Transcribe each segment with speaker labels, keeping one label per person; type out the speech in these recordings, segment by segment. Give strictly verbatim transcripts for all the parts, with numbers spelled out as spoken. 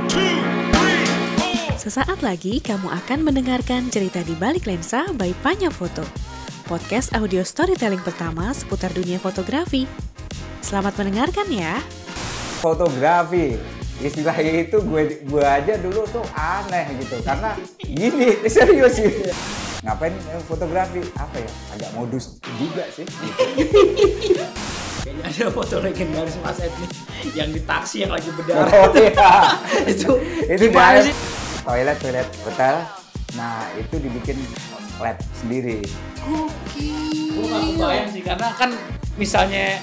Speaker 1: Sesaat lagi kamu akan mendengarkan cerita di balik lensa by Panya Foto, podcast audio storytelling pertama seputar dunia fotografi. Selamat mendengarkan ya.
Speaker 2: Fotografi, istilah itu gue gue aja dulu tuh aneh gitu, karena gini serius sih. Ngapain fotografi? Apa ya? Agak modus juga sih.
Speaker 3: Kayaknya ada foto legendaris Mas Ed nih yang di taksi yang lagi berdarah.
Speaker 2: Oh iya.
Speaker 3: itu
Speaker 2: itu
Speaker 3: gimana
Speaker 2: dia
Speaker 3: sih?
Speaker 2: toilet toilet hotel. Nah itu dibikin lab sendiri.
Speaker 3: Gue gak kebayang sih, karena kan misalnya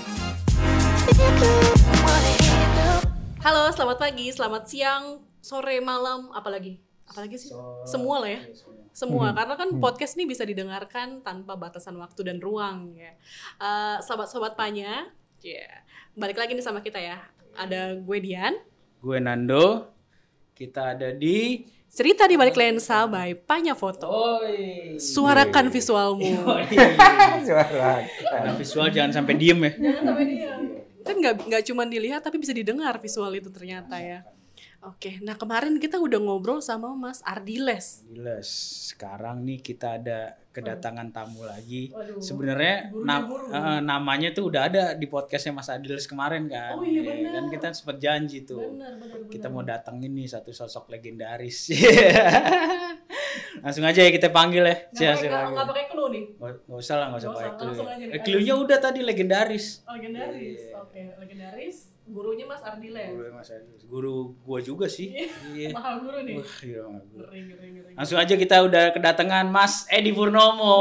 Speaker 1: Halo, selamat pagi, selamat siang, sore, malam, apalagi? Apalagi sih?
Speaker 3: So-
Speaker 1: Semua lah ya.
Speaker 3: Iya, semua.
Speaker 1: Semua, karena kan podcast ini bisa didengarkan tanpa batasan waktu dan ruang ya. Eh, Sobat-sobat Panya, ya. Balik lagi nih sama kita ya. Ada gue Dian,
Speaker 3: gue Nando, kita ada di
Speaker 1: cerita di balik lensa by Panya Foto.
Speaker 3: Oi.
Speaker 1: Suarakan visualmu.
Speaker 2: Suara.
Speaker 3: Karena visual jangan sampai diem ya.
Speaker 1: Jangan sampai diam. Kan nggak nggak cuma dilihat tapi bisa didengar visual itu ternyata ya. Oke, nah kemarin kita udah ngobrol sama Mas Ardiles.
Speaker 3: Gila, sekarang nih kita ada kedatangan tamu lagi.
Speaker 1: Waduh.
Speaker 3: Sebenarnya nam-
Speaker 1: Buru-buru.
Speaker 3: eh, namanya tuh udah ada di podcastnya Mas Adiles kemarin kan.
Speaker 1: Oh iya,
Speaker 3: Eh,
Speaker 1: benar.
Speaker 3: Kan kita sempat janji tuh.
Speaker 1: Benar, benar,
Speaker 3: Kita
Speaker 1: benar.
Speaker 3: mau datengin nih satu sosok legendaris. Langsung aja ya kita panggil ya.
Speaker 1: Nggak
Speaker 3: Siap,
Speaker 1: pakai-
Speaker 3: siap,
Speaker 1: nggak
Speaker 3: panggil.
Speaker 1: nggak pakai clue nih.
Speaker 3: Nggak nggak usah lah, nggak usah
Speaker 1: Nggak
Speaker 3: pakai
Speaker 1: usah,
Speaker 3: clue.
Speaker 1: langsung aja nih.
Speaker 3: Eh, clue-nya udah tadi legendaris.
Speaker 1: Oh, legendaris. Oke, legendaris. Gurunya Mas Ardiles.
Speaker 3: Guru Mas Adiles. Guru gua juga sih. Iya.
Speaker 1: Mahal guru nih.
Speaker 3: Wah, iya, mahal guru.
Speaker 1: Ngeri, ngeri, ngeri.
Speaker 3: Langsung aja kita udah kedatangan Mas Edi Purnomo.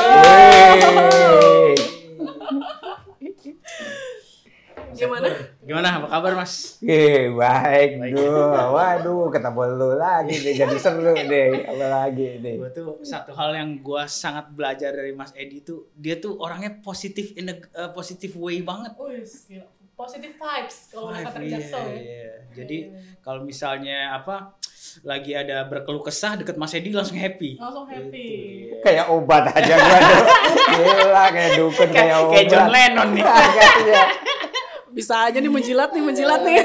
Speaker 2: Wey.
Speaker 1: Gimana?
Speaker 3: Gimana? Apa kabar Mas?
Speaker 2: Oke, baik duh. Waduh, ketemu lu lagi nih, jadi seru deh. Apa lagi nih?
Speaker 3: Gue tuh satu hal yang gue sangat belajar dari Mas Edi tuh, dia tuh orangnya positif in a uh, positive way banget.
Speaker 1: Wih, gila. Positive vibes kalau
Speaker 3: Vibe,
Speaker 1: kata
Speaker 3: iya,
Speaker 1: Jaksel ya.
Speaker 3: iya. Jadi kalau misalnya apa lagi ada berkeluh kesah deket Mas Edi langsung happy.
Speaker 1: Langsung happy.
Speaker 3: Gitu, iya.
Speaker 2: Kayak obat aja gua tuh. Gila, kayak dukun kayak obat.
Speaker 3: Kayak John Lennon nih.
Speaker 2: Iya.
Speaker 1: Bisa aja nih menjilat nih, menjilat nih.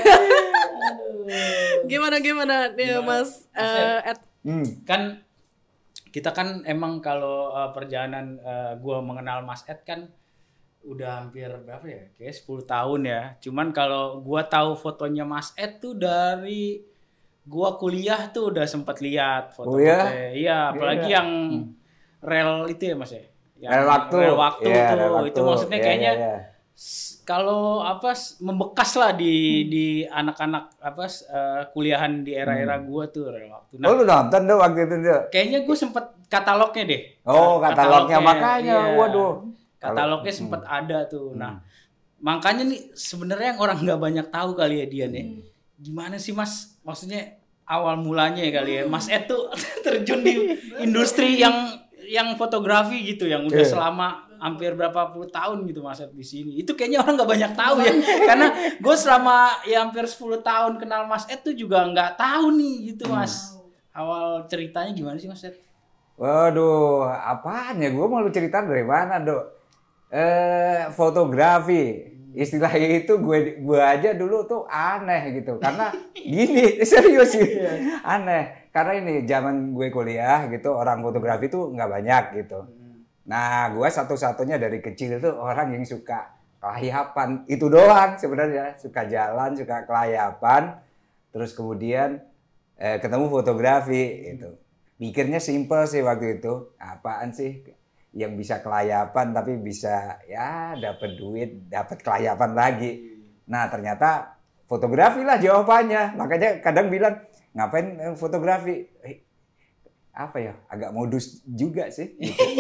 Speaker 1: Gimana gimana nih
Speaker 3: Gimana?
Speaker 1: Mas eh, Ed?
Speaker 2: Hmm.
Speaker 3: Kan kita kan emang kalau uh, perjalanan uh, gue mengenal Mas Ed kan udah hampir berapa ya? Kayak sepuluh tahun ya. Cuman kalau gue tahu fotonya Mas Ed tuh dari gue kuliah tuh udah sempat lihat foto-foto.
Speaker 2: Oh ya?
Speaker 3: Iya, apalagi
Speaker 2: Iya.
Speaker 3: yang rel itu ya Mas ya. Yang
Speaker 2: Rel waktu.
Speaker 3: Rel waktu
Speaker 2: Iya,
Speaker 3: tuh.
Speaker 2: rel waktu.
Speaker 3: Itu maksudnya
Speaker 2: Iya,
Speaker 3: kayaknya
Speaker 2: iya, iya.
Speaker 3: s- kalau apa s- membekas lah di di anak-anak apa s- eh, kuliahan di era-era gua tuh rel waktu. Nah,
Speaker 2: Oh, lu nonton tuh waktu itu tuh?
Speaker 3: kayaknya gue sempet katalognya deh.
Speaker 2: Oh, katalognya, makanya.
Speaker 3: iya.
Speaker 2: Waduh.
Speaker 3: Katalognya
Speaker 2: Kalau-
Speaker 3: sempet
Speaker 2: hmm.
Speaker 3: ada tuh. Nah, makanya nih sebenarnya yang orang nggak banyak tahu kali ya dia nih.
Speaker 2: Hmm.
Speaker 3: Gimana sih Mas? Maksudnya awal mulanya ya kali ya. Mas Ed tuh terjun di industri yang yang fotografi gitu, yang udah
Speaker 2: Iya.
Speaker 3: selama hampir berapa puluh tahun gitu Mas Ed di sini. Itu kayaknya orang nggak banyak tahu ya. Karena gue selama ya hampir sepuluh tahun kenal Mas Ed tuh juga nggak tahu nih gitu Mas. Awal ceritanya gimana sih Mas Ed?
Speaker 2: Waduh, apaan ya? Gue mau lu cerita dari mana, Dok? Eh, fotografi. Istilah itu gue gue aja dulu tuh aneh gitu. Karena gini, serius sih. Aneh. Karena ini zaman gue kuliah gitu, orang fotografi tuh nggak banyak gitu. Nah, gue satu-satunya dari kecil tuh orang yang suka kelayapan. Itu doang sebenarnya. Suka jalan, suka kelayapan. Terus kemudian eh, ketemu fotografi gitu. Pikirnya simpel sih waktu itu. Apaan sih yang bisa kelayapan tapi bisa ya dapat duit, dapat kelayapan lagi. Nah, ternyata fotografi lah jawabannya. Makanya kadang bilang, ngapain eh, fotografi? Eh, apa ya? Agak modus juga sih.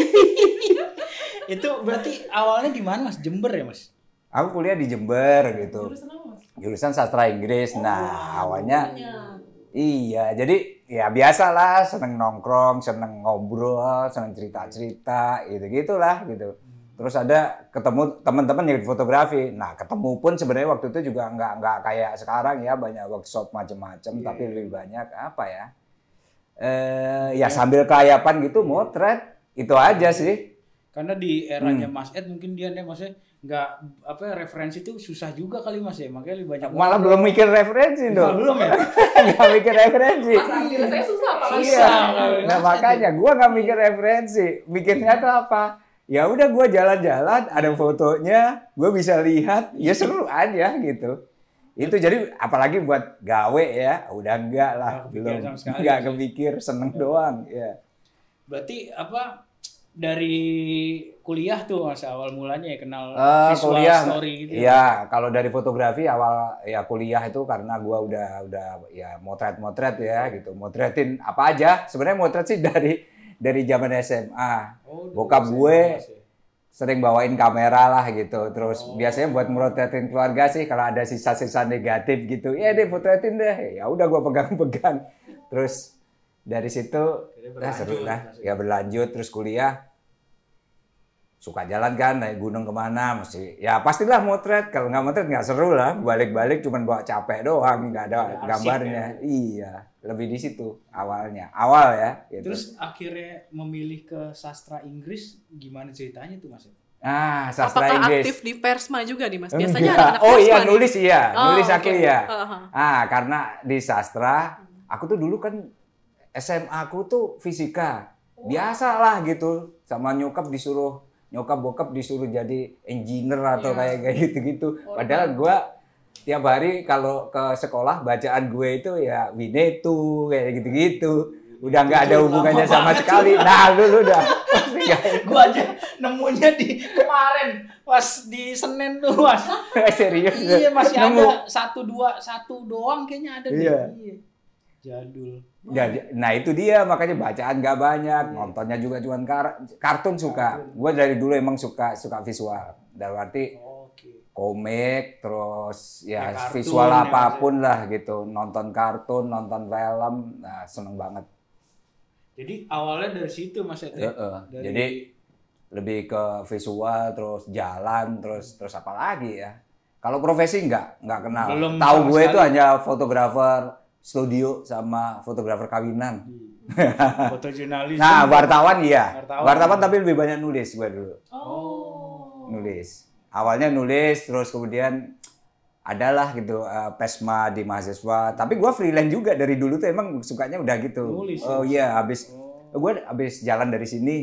Speaker 3: Itu berarti awalnya di mana Mas? Jember ya Mas?
Speaker 2: Aku kuliah di Jember gitu.
Speaker 1: Jurusan apa Mas?
Speaker 2: Jurusan sastra Inggris. Nah, awalnya
Speaker 1: Punya.
Speaker 2: iya, jadi ya biasalah, seneng nongkrong, seneng ngobrol, seneng cerita-cerita, gitu-gitulah gitu. Terus ada ketemu teman-teman yang di fotografi. Nah, ketemu pun sebenarnya waktu itu juga nggak nggak kayak sekarang ya, banyak workshop macam-macam,
Speaker 3: Yeah.
Speaker 2: tapi lebih banyak apa ya? Eh, ya sambil kelayapan gitu, motret, itu aja sih.
Speaker 3: Karena di eranya Mas Ed mungkin dia nih maksudnya nggak apa referensi itu susah juga kali Mas ya, makanya lebih banyak.
Speaker 2: Malah belum mikir referensi dong.
Speaker 3: Belum ya?
Speaker 2: Nggak mikir referensi.
Speaker 4: Mas akhirnya saya susah apalagi.
Speaker 2: Iya. Nah makanya gue nggak mikir referensi, mikirnya tuh apa? Ya udah gue jalan-jalan, ada fotonya, gue bisa lihat, ya seru aja gitu. Itu jadi apalagi buat gawe ya, udah enggak lah,
Speaker 3: Nggak
Speaker 2: belum,
Speaker 3: kepikiran sama sekali.
Speaker 2: nggak kepikir, seneng doang. Ya.
Speaker 3: Berarti apa dari kuliah tuh Mas awal mulanya ya kenal
Speaker 2: Eh,
Speaker 3: visual
Speaker 2: kuliah,
Speaker 3: story gitu.
Speaker 2: iya. Kalau dari fotografi awal ya kuliah itu karena gue udah udah ya motret-motret ya gitu, motretin apa aja. Sebenarnya motret sih dari dari zaman S M A.
Speaker 3: Oh,
Speaker 2: Bokap
Speaker 3: dulu
Speaker 2: gue
Speaker 3: Mas ya.
Speaker 2: sering bawain kamera lah gitu. Terus
Speaker 3: Oh.
Speaker 2: biasanya buat motretin keluarga sih kalau ada sisa-sisa negatif gitu. Ya deh motretin deh. Ya udah gue pegang-pegang. Terus dari situ
Speaker 3: Jadi
Speaker 2: nah, seru
Speaker 3: berlanjut,
Speaker 2: lah.
Speaker 3: Mas.
Speaker 2: Ya berlanjut terus kuliah. Suka jalan kan naik gunung kemana mesti. Ya pastilah motret. Kalau nggak motret nggak seru lah. Balik-balik cuman bawa capek doang. Nggak ada
Speaker 3: Nggak asik
Speaker 2: gambarnya.
Speaker 3: ya.
Speaker 2: Iya. Lebih di situ awalnya. Awal ya. Gitu.
Speaker 3: Terus akhirnya memilih ke sastra Inggris gimana ceritanya tuh Mas?
Speaker 2: ah sastra
Speaker 4: Apakah
Speaker 2: Inggris.
Speaker 4: aktif di Persma juga nih Mas?
Speaker 2: Enggak.
Speaker 4: Biasanya ada anak
Speaker 2: Oh
Speaker 4: Persma
Speaker 2: iya
Speaker 4: nih.
Speaker 2: nulis iya,
Speaker 4: Oh,
Speaker 2: nulis aku
Speaker 4: oke.
Speaker 2: iya.
Speaker 4: Uh-huh.
Speaker 2: Ah karena di sastra, aku tuh dulu kan S M A aku tuh fisika, biasa lah gitu, sama nyokap disuruh nyokap bokap disuruh jadi engineer atau
Speaker 4: Iya.
Speaker 2: kayak kayak gitu-gitu. Padahal gua tiap hari kalau ke sekolah bacaan gue itu ya Winnetou kayak gitu-gitu. Udah nggak ada
Speaker 3: Itu
Speaker 2: hubungannya
Speaker 3: lama
Speaker 2: sama
Speaker 3: banget
Speaker 2: sekali. Nah lu udah.
Speaker 3: Gua aja nemunya di kemarin pas di Senin tuh Mas.
Speaker 2: Serius.
Speaker 3: Iya masih
Speaker 2: Nemu.
Speaker 3: ada satu dua satu doang kayaknya ada deh.
Speaker 2: Iya.
Speaker 3: Iya. Jadul.
Speaker 2: Ya, nah itu dia makanya bacaan gak banyak, nontonnya juga cuma kar- kartun suka. Gue dari dulu emang suka suka visual. Dalam arti
Speaker 3: Oke.
Speaker 2: komik, terus ya,
Speaker 3: Ya, kartun,
Speaker 2: visual
Speaker 3: ya,
Speaker 2: apapun lah gitu. Nonton kartun, nonton film, nah seneng banget.
Speaker 3: Jadi awalnya dari situ Mas Ete.
Speaker 2: Heeh.
Speaker 3: Dari
Speaker 2: Jadi lebih ke visual, terus jalan, terus terus apa lagi ya? Kalau profesi enggak, enggak kenal.
Speaker 3: Belum
Speaker 2: Tahu
Speaker 3: sama
Speaker 2: gue itu
Speaker 3: sekali.
Speaker 2: hanya fotografer studio sama fotografer kawinan.
Speaker 3: fotojurnalisme.
Speaker 2: Nah, wartawan iya.
Speaker 3: Wartawan.
Speaker 2: Wartawan, tapi lebih banyak nulis gue dulu.
Speaker 3: Oh.
Speaker 2: Nulis. Awalnya nulis, terus kemudian adalah gitu eh, Pesma di mahasiswa. Tapi gue freelance juga dari dulu tuh emang sukanya udah gitu.
Speaker 3: Nulis,
Speaker 2: Oh
Speaker 3: ya?
Speaker 2: iya, habis
Speaker 3: Oh.
Speaker 2: gue habis jalan dari sini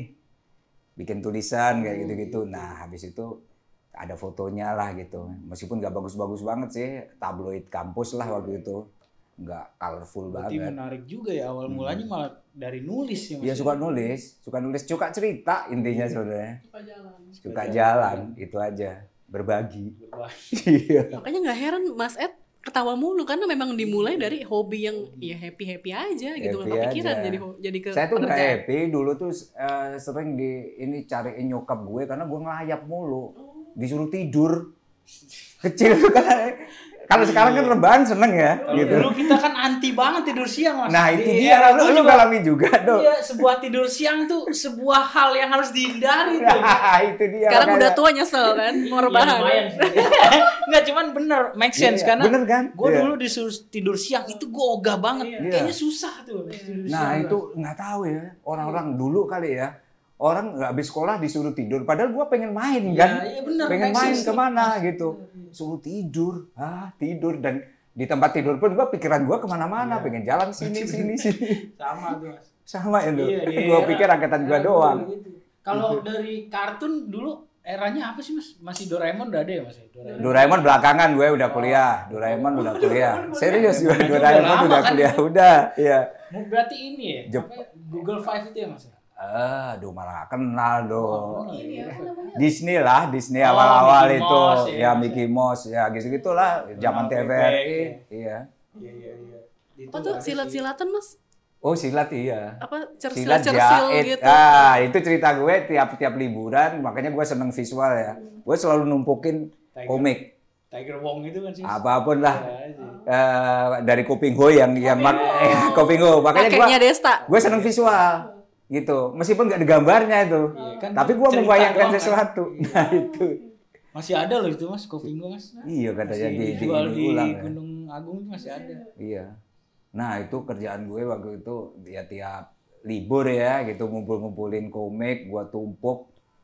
Speaker 2: bikin tulisan kayak gitu-gitu. Nah, habis itu ada fotonya lah gitu. Meskipun nggak bagus-bagus banget sih, tabloid kampus lah waktu itu. Nggak colorful
Speaker 3: Berarti
Speaker 2: banget.
Speaker 3: menarik juga ya awal mulanya malah dari nulis ya Mas.
Speaker 2: Iya suka nulis, suka nulis, suka cerita intinya sebenarnya.
Speaker 4: Suka jalan.
Speaker 2: Suka jalan, itu aja. Berbagi.
Speaker 3: Berbahaya.
Speaker 2: Iya.
Speaker 4: Makanya nggak heran Mas Ed ketawa mulu karena memang dimulai dari hobi yang ya happy happy aja gitu, nggak
Speaker 2: Happy
Speaker 4: kepikiran
Speaker 2: aja.
Speaker 4: jadi ho- jadi ke
Speaker 2: Saya tuh nggak
Speaker 4: pekerjaan.
Speaker 2: happy dulu tuh eh, sering di ini cariin nyokap gue karena gue ngelayap mulu, disuruh tidur. Kecil tuh kan. Kalau sekarang kan rebahan seneng ya,
Speaker 3: Kalau
Speaker 2: gitu.
Speaker 3: dulu kita kan anti banget tidur siang Mas.
Speaker 2: Nah itu
Speaker 3: Di
Speaker 2: dia,
Speaker 3: era
Speaker 2: lu,
Speaker 3: gua
Speaker 2: lu
Speaker 3: juga-
Speaker 2: ngalamin juga dong.
Speaker 3: Iya, sebuah tidur siang tuh sebuah hal yang harus dihindari tuh.
Speaker 2: itu dia.
Speaker 4: Sekarang
Speaker 2: makanya.
Speaker 4: udah tua nyesel kan mau
Speaker 3: Ya,
Speaker 4: rebahan.
Speaker 3: lumayan sih. Nggak cuman bener, make sense
Speaker 2: Iya,
Speaker 3: karena
Speaker 2: bener kan?
Speaker 3: gue
Speaker 2: Iya.
Speaker 3: dulu disuruh tidur siang itu gue ogah banget.
Speaker 2: Iya.
Speaker 3: Kayaknya susah tuh. tidur
Speaker 2: Nah
Speaker 3: siang.
Speaker 2: itu nggak tahu ya orang-orang dulu kali ya, orang nggak habis sekolah disuruh tidur padahal gua pengen main
Speaker 3: Iya,
Speaker 2: kan,
Speaker 3: iya bener,
Speaker 2: pengen
Speaker 3: make
Speaker 2: main
Speaker 3: sense.
Speaker 2: kemana gitu, suruh tidur, ah tidur dan di tempat tidur pun gua pikiran gua kemana-mana,
Speaker 3: Iya.
Speaker 2: pengen jalan sini sini sini,
Speaker 3: sama tuh Mas.
Speaker 2: sama itu,
Speaker 3: Iya, di
Speaker 2: gua
Speaker 3: era-
Speaker 2: pikir angkatan gua
Speaker 3: era
Speaker 2: doang.
Speaker 3: dulu gitu. Kalau dari kartun dulu eranya apa sih Mas? Masih Doraemon udah ada ya Mas? Doraemon.
Speaker 2: Doraemon belakangan gue udah kuliah, Doraemon udah kuliah, serius gue
Speaker 3: Doraemon udah
Speaker 2: Doraemon
Speaker 3: lama
Speaker 2: udah
Speaker 3: kan?
Speaker 2: kuliah, udah, iya.
Speaker 3: Berarti ini ya?
Speaker 2: Jep-
Speaker 3: apa, Google Five itu ya Mas?
Speaker 2: Aduh malah gak kenal dong.
Speaker 3: Oh, iya.
Speaker 2: Disney lah, Disney
Speaker 3: Oh,
Speaker 2: awal-awal
Speaker 3: Mickey
Speaker 2: itu,
Speaker 3: Mouse,
Speaker 2: ya,
Speaker 3: ya,
Speaker 2: Mickey Mouse, ya gitu-gitulah, zaman T V R I, iya.
Speaker 3: Iya iya iya. Itu
Speaker 4: Apa tuh
Speaker 3: ada
Speaker 4: silat-silatan Mas?
Speaker 2: Oh silat iya.
Speaker 4: Apa
Speaker 2: Silat
Speaker 4: cersil-cersil
Speaker 2: jahit,
Speaker 4: gitu?
Speaker 2: ah itu cerita gue tiap-tiap liburan, makanya gue seneng visual ya. Gue selalu numpukin
Speaker 3: Tiger.
Speaker 2: komik,
Speaker 3: Tiger Wong itu kan sih.
Speaker 2: apapun lah.
Speaker 3: Iya sih.
Speaker 2: Eh, dari Kuping Ho yang yang mak- eh, Kuping Ho, makanya gue
Speaker 4: Kakeknya Desta.
Speaker 2: gue seneng visual gitu, meskipun nggak ada gambarnya itu,
Speaker 3: Iya, kan
Speaker 2: tapi gue
Speaker 3: cerita
Speaker 2: membayangkan
Speaker 3: doang kan.
Speaker 2: sesuatu. Nah itu.
Speaker 3: Masih ada loh itu Mas, Kofingo Mas.
Speaker 2: Iya katanya
Speaker 3: Masih
Speaker 2: di, di,
Speaker 3: dijual di
Speaker 2: diulang ya.
Speaker 3: Gunung Agung itu masih ada.
Speaker 2: Iya. Nah itu kerjaan gue waktu itu ya tiap libur ya gitu ngumpul-ngumpulin komik, gua tumpuk.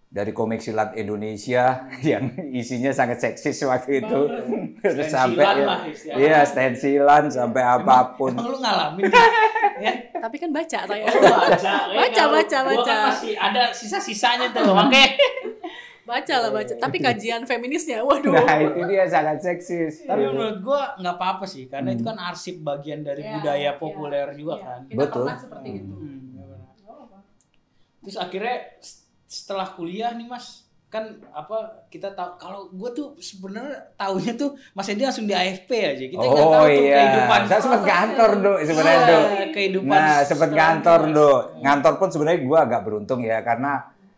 Speaker 2: dari komik silat Indonesia yang isinya sangat seksis waktu itu. Terus sampai ya,
Speaker 3: lah,
Speaker 2: iya stensilan sampai apapun.
Speaker 3: Emang lu ngalamin ya?
Speaker 4: Tapi kan baca saya.
Speaker 3: Oh, baca,
Speaker 4: Baca, baca,
Speaker 3: Gua
Speaker 4: baca.
Speaker 3: kan masih ada sisa-sisanya tuh, makanya.
Speaker 4: Baca lah baca. Tapi kajian feminisnya, waduh.
Speaker 2: Nah itu dia sangat seksis.
Speaker 3: Tapi menurut gua nggak apa-apa sih, karena itu kan arsip bagian dari
Speaker 4: Ya,
Speaker 3: budaya
Speaker 4: ya,
Speaker 3: populer juga
Speaker 4: ya.
Speaker 3: kan.
Speaker 4: Kita
Speaker 2: Betul.
Speaker 4: pernah seperti itu.
Speaker 3: Hmm. Terus akhirnya setelah kuliah nih Mas, kan apa kita tahu kalau gue tuh sebenarnya taunya tuh Mas Edi langsung di A F P aja. Kita nggak
Speaker 2: Oh
Speaker 3: tahu tuh
Speaker 2: iya,
Speaker 3: kehidupan.
Speaker 2: saya sempat kantor do sebenarnya
Speaker 3: Iya,
Speaker 2: do.
Speaker 3: kehidupan
Speaker 2: Nah sempat
Speaker 3: setelah
Speaker 2: kantor
Speaker 3: itu, Mas.
Speaker 2: do. Ngantor pun sebenarnya gue agak beruntung ya karena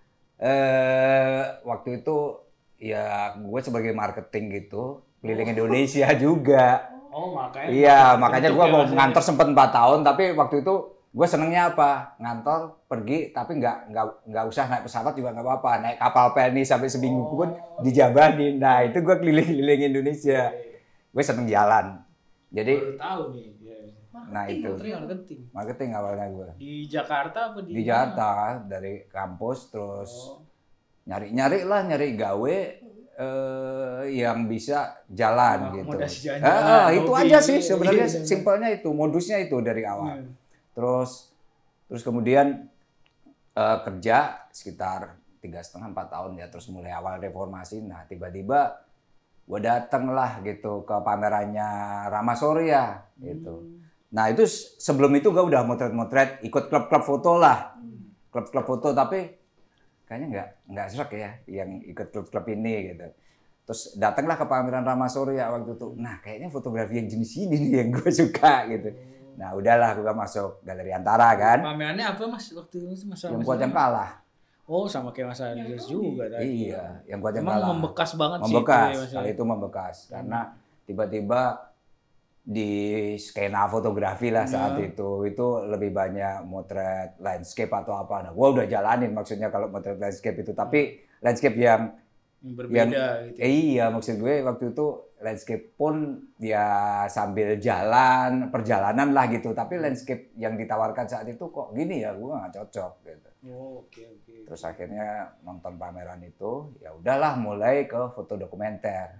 Speaker 2: eh, waktu itu ya gue sebagai marketing gitu keliling Indonesia juga.
Speaker 3: Oh makanya.
Speaker 2: Iya makanya gue
Speaker 3: ya,
Speaker 2: mau
Speaker 3: Mas,
Speaker 2: ngantor sempat empat tahun tapi waktu itu gue senengnya apa ngantor pergi tapi nggak nggak nggak usah naik pesawat juga nggak apa-apa naik kapal peni sampai seminggu pun dijabanin. Nah itu gue keliling-keliling Indonesia. Gue seneng jalan. Jadi
Speaker 3: Baru tahu nih. Ya.
Speaker 2: nah itu
Speaker 3: Marketing.
Speaker 2: marketing awalnya gue
Speaker 3: Di Jakarta apa di?
Speaker 2: di Jakarta dari kampus terus
Speaker 3: Oh.
Speaker 2: nyari-nyari lah nyari gawe eh, yang bisa jalan gitu.
Speaker 3: Akomodasi jalan,
Speaker 2: Ah, itu
Speaker 3: hobi.
Speaker 2: aja sih sebenarnya
Speaker 3: Iya.
Speaker 2: simpelnya itu modusnya itu dari awal.
Speaker 3: Hmm.
Speaker 2: Terus terus kemudian eh, kerja sekitar tiga setengah empat tahun ya terus mulai awal reformasi. Nah tiba-tiba gue dateng lah gitu ke pamerannya Rama Surya gitu. Nah itu s- sebelum itu gue udah motret-motret ikut klub-klub foto lah, klub-klub foto tapi kayaknya nggak nggak serak ya yang ikut klub-klub ini gitu. Terus datanglah ke pameran Rama Surya waktu itu. Nah kayaknya fotografi yang jenis ini nih yang gue suka gitu. Nah udahlah gue masuk Galeri Antara kan.
Speaker 3: Pamerannya apa Mas waktu itu Mas?
Speaker 2: Yang kuat yang kalah.
Speaker 3: Oh sama kayak Mas Andreas juga tadi.
Speaker 2: Iya, yang kuat yang
Speaker 3: Emang
Speaker 2: kalah.
Speaker 3: membekas banget sih.
Speaker 2: Membekas,
Speaker 3: itu ya, Mas,
Speaker 2: kali
Speaker 3: ya.
Speaker 2: itu membekas. Karena tiba-tiba di skena fotografi lah saat
Speaker 3: Hmm.
Speaker 2: itu itu lebih banyak motret landscape atau apa. Nah, gua udah jalanin maksudnya kalau motret landscape itu, tapi landscape yang
Speaker 3: Yang berbeda gitu.
Speaker 2: eh, iya maksud gue waktu itu landscape pun ya sambil jalan perjalanan lah gitu. Tapi landscape yang ditawarkan saat itu kok gini ya, gua nggak cocok gitu.
Speaker 3: Oh, oke oke.
Speaker 2: Terus akhirnya nonton pameran itu, ya udahlah mulai ke foto dokumenter.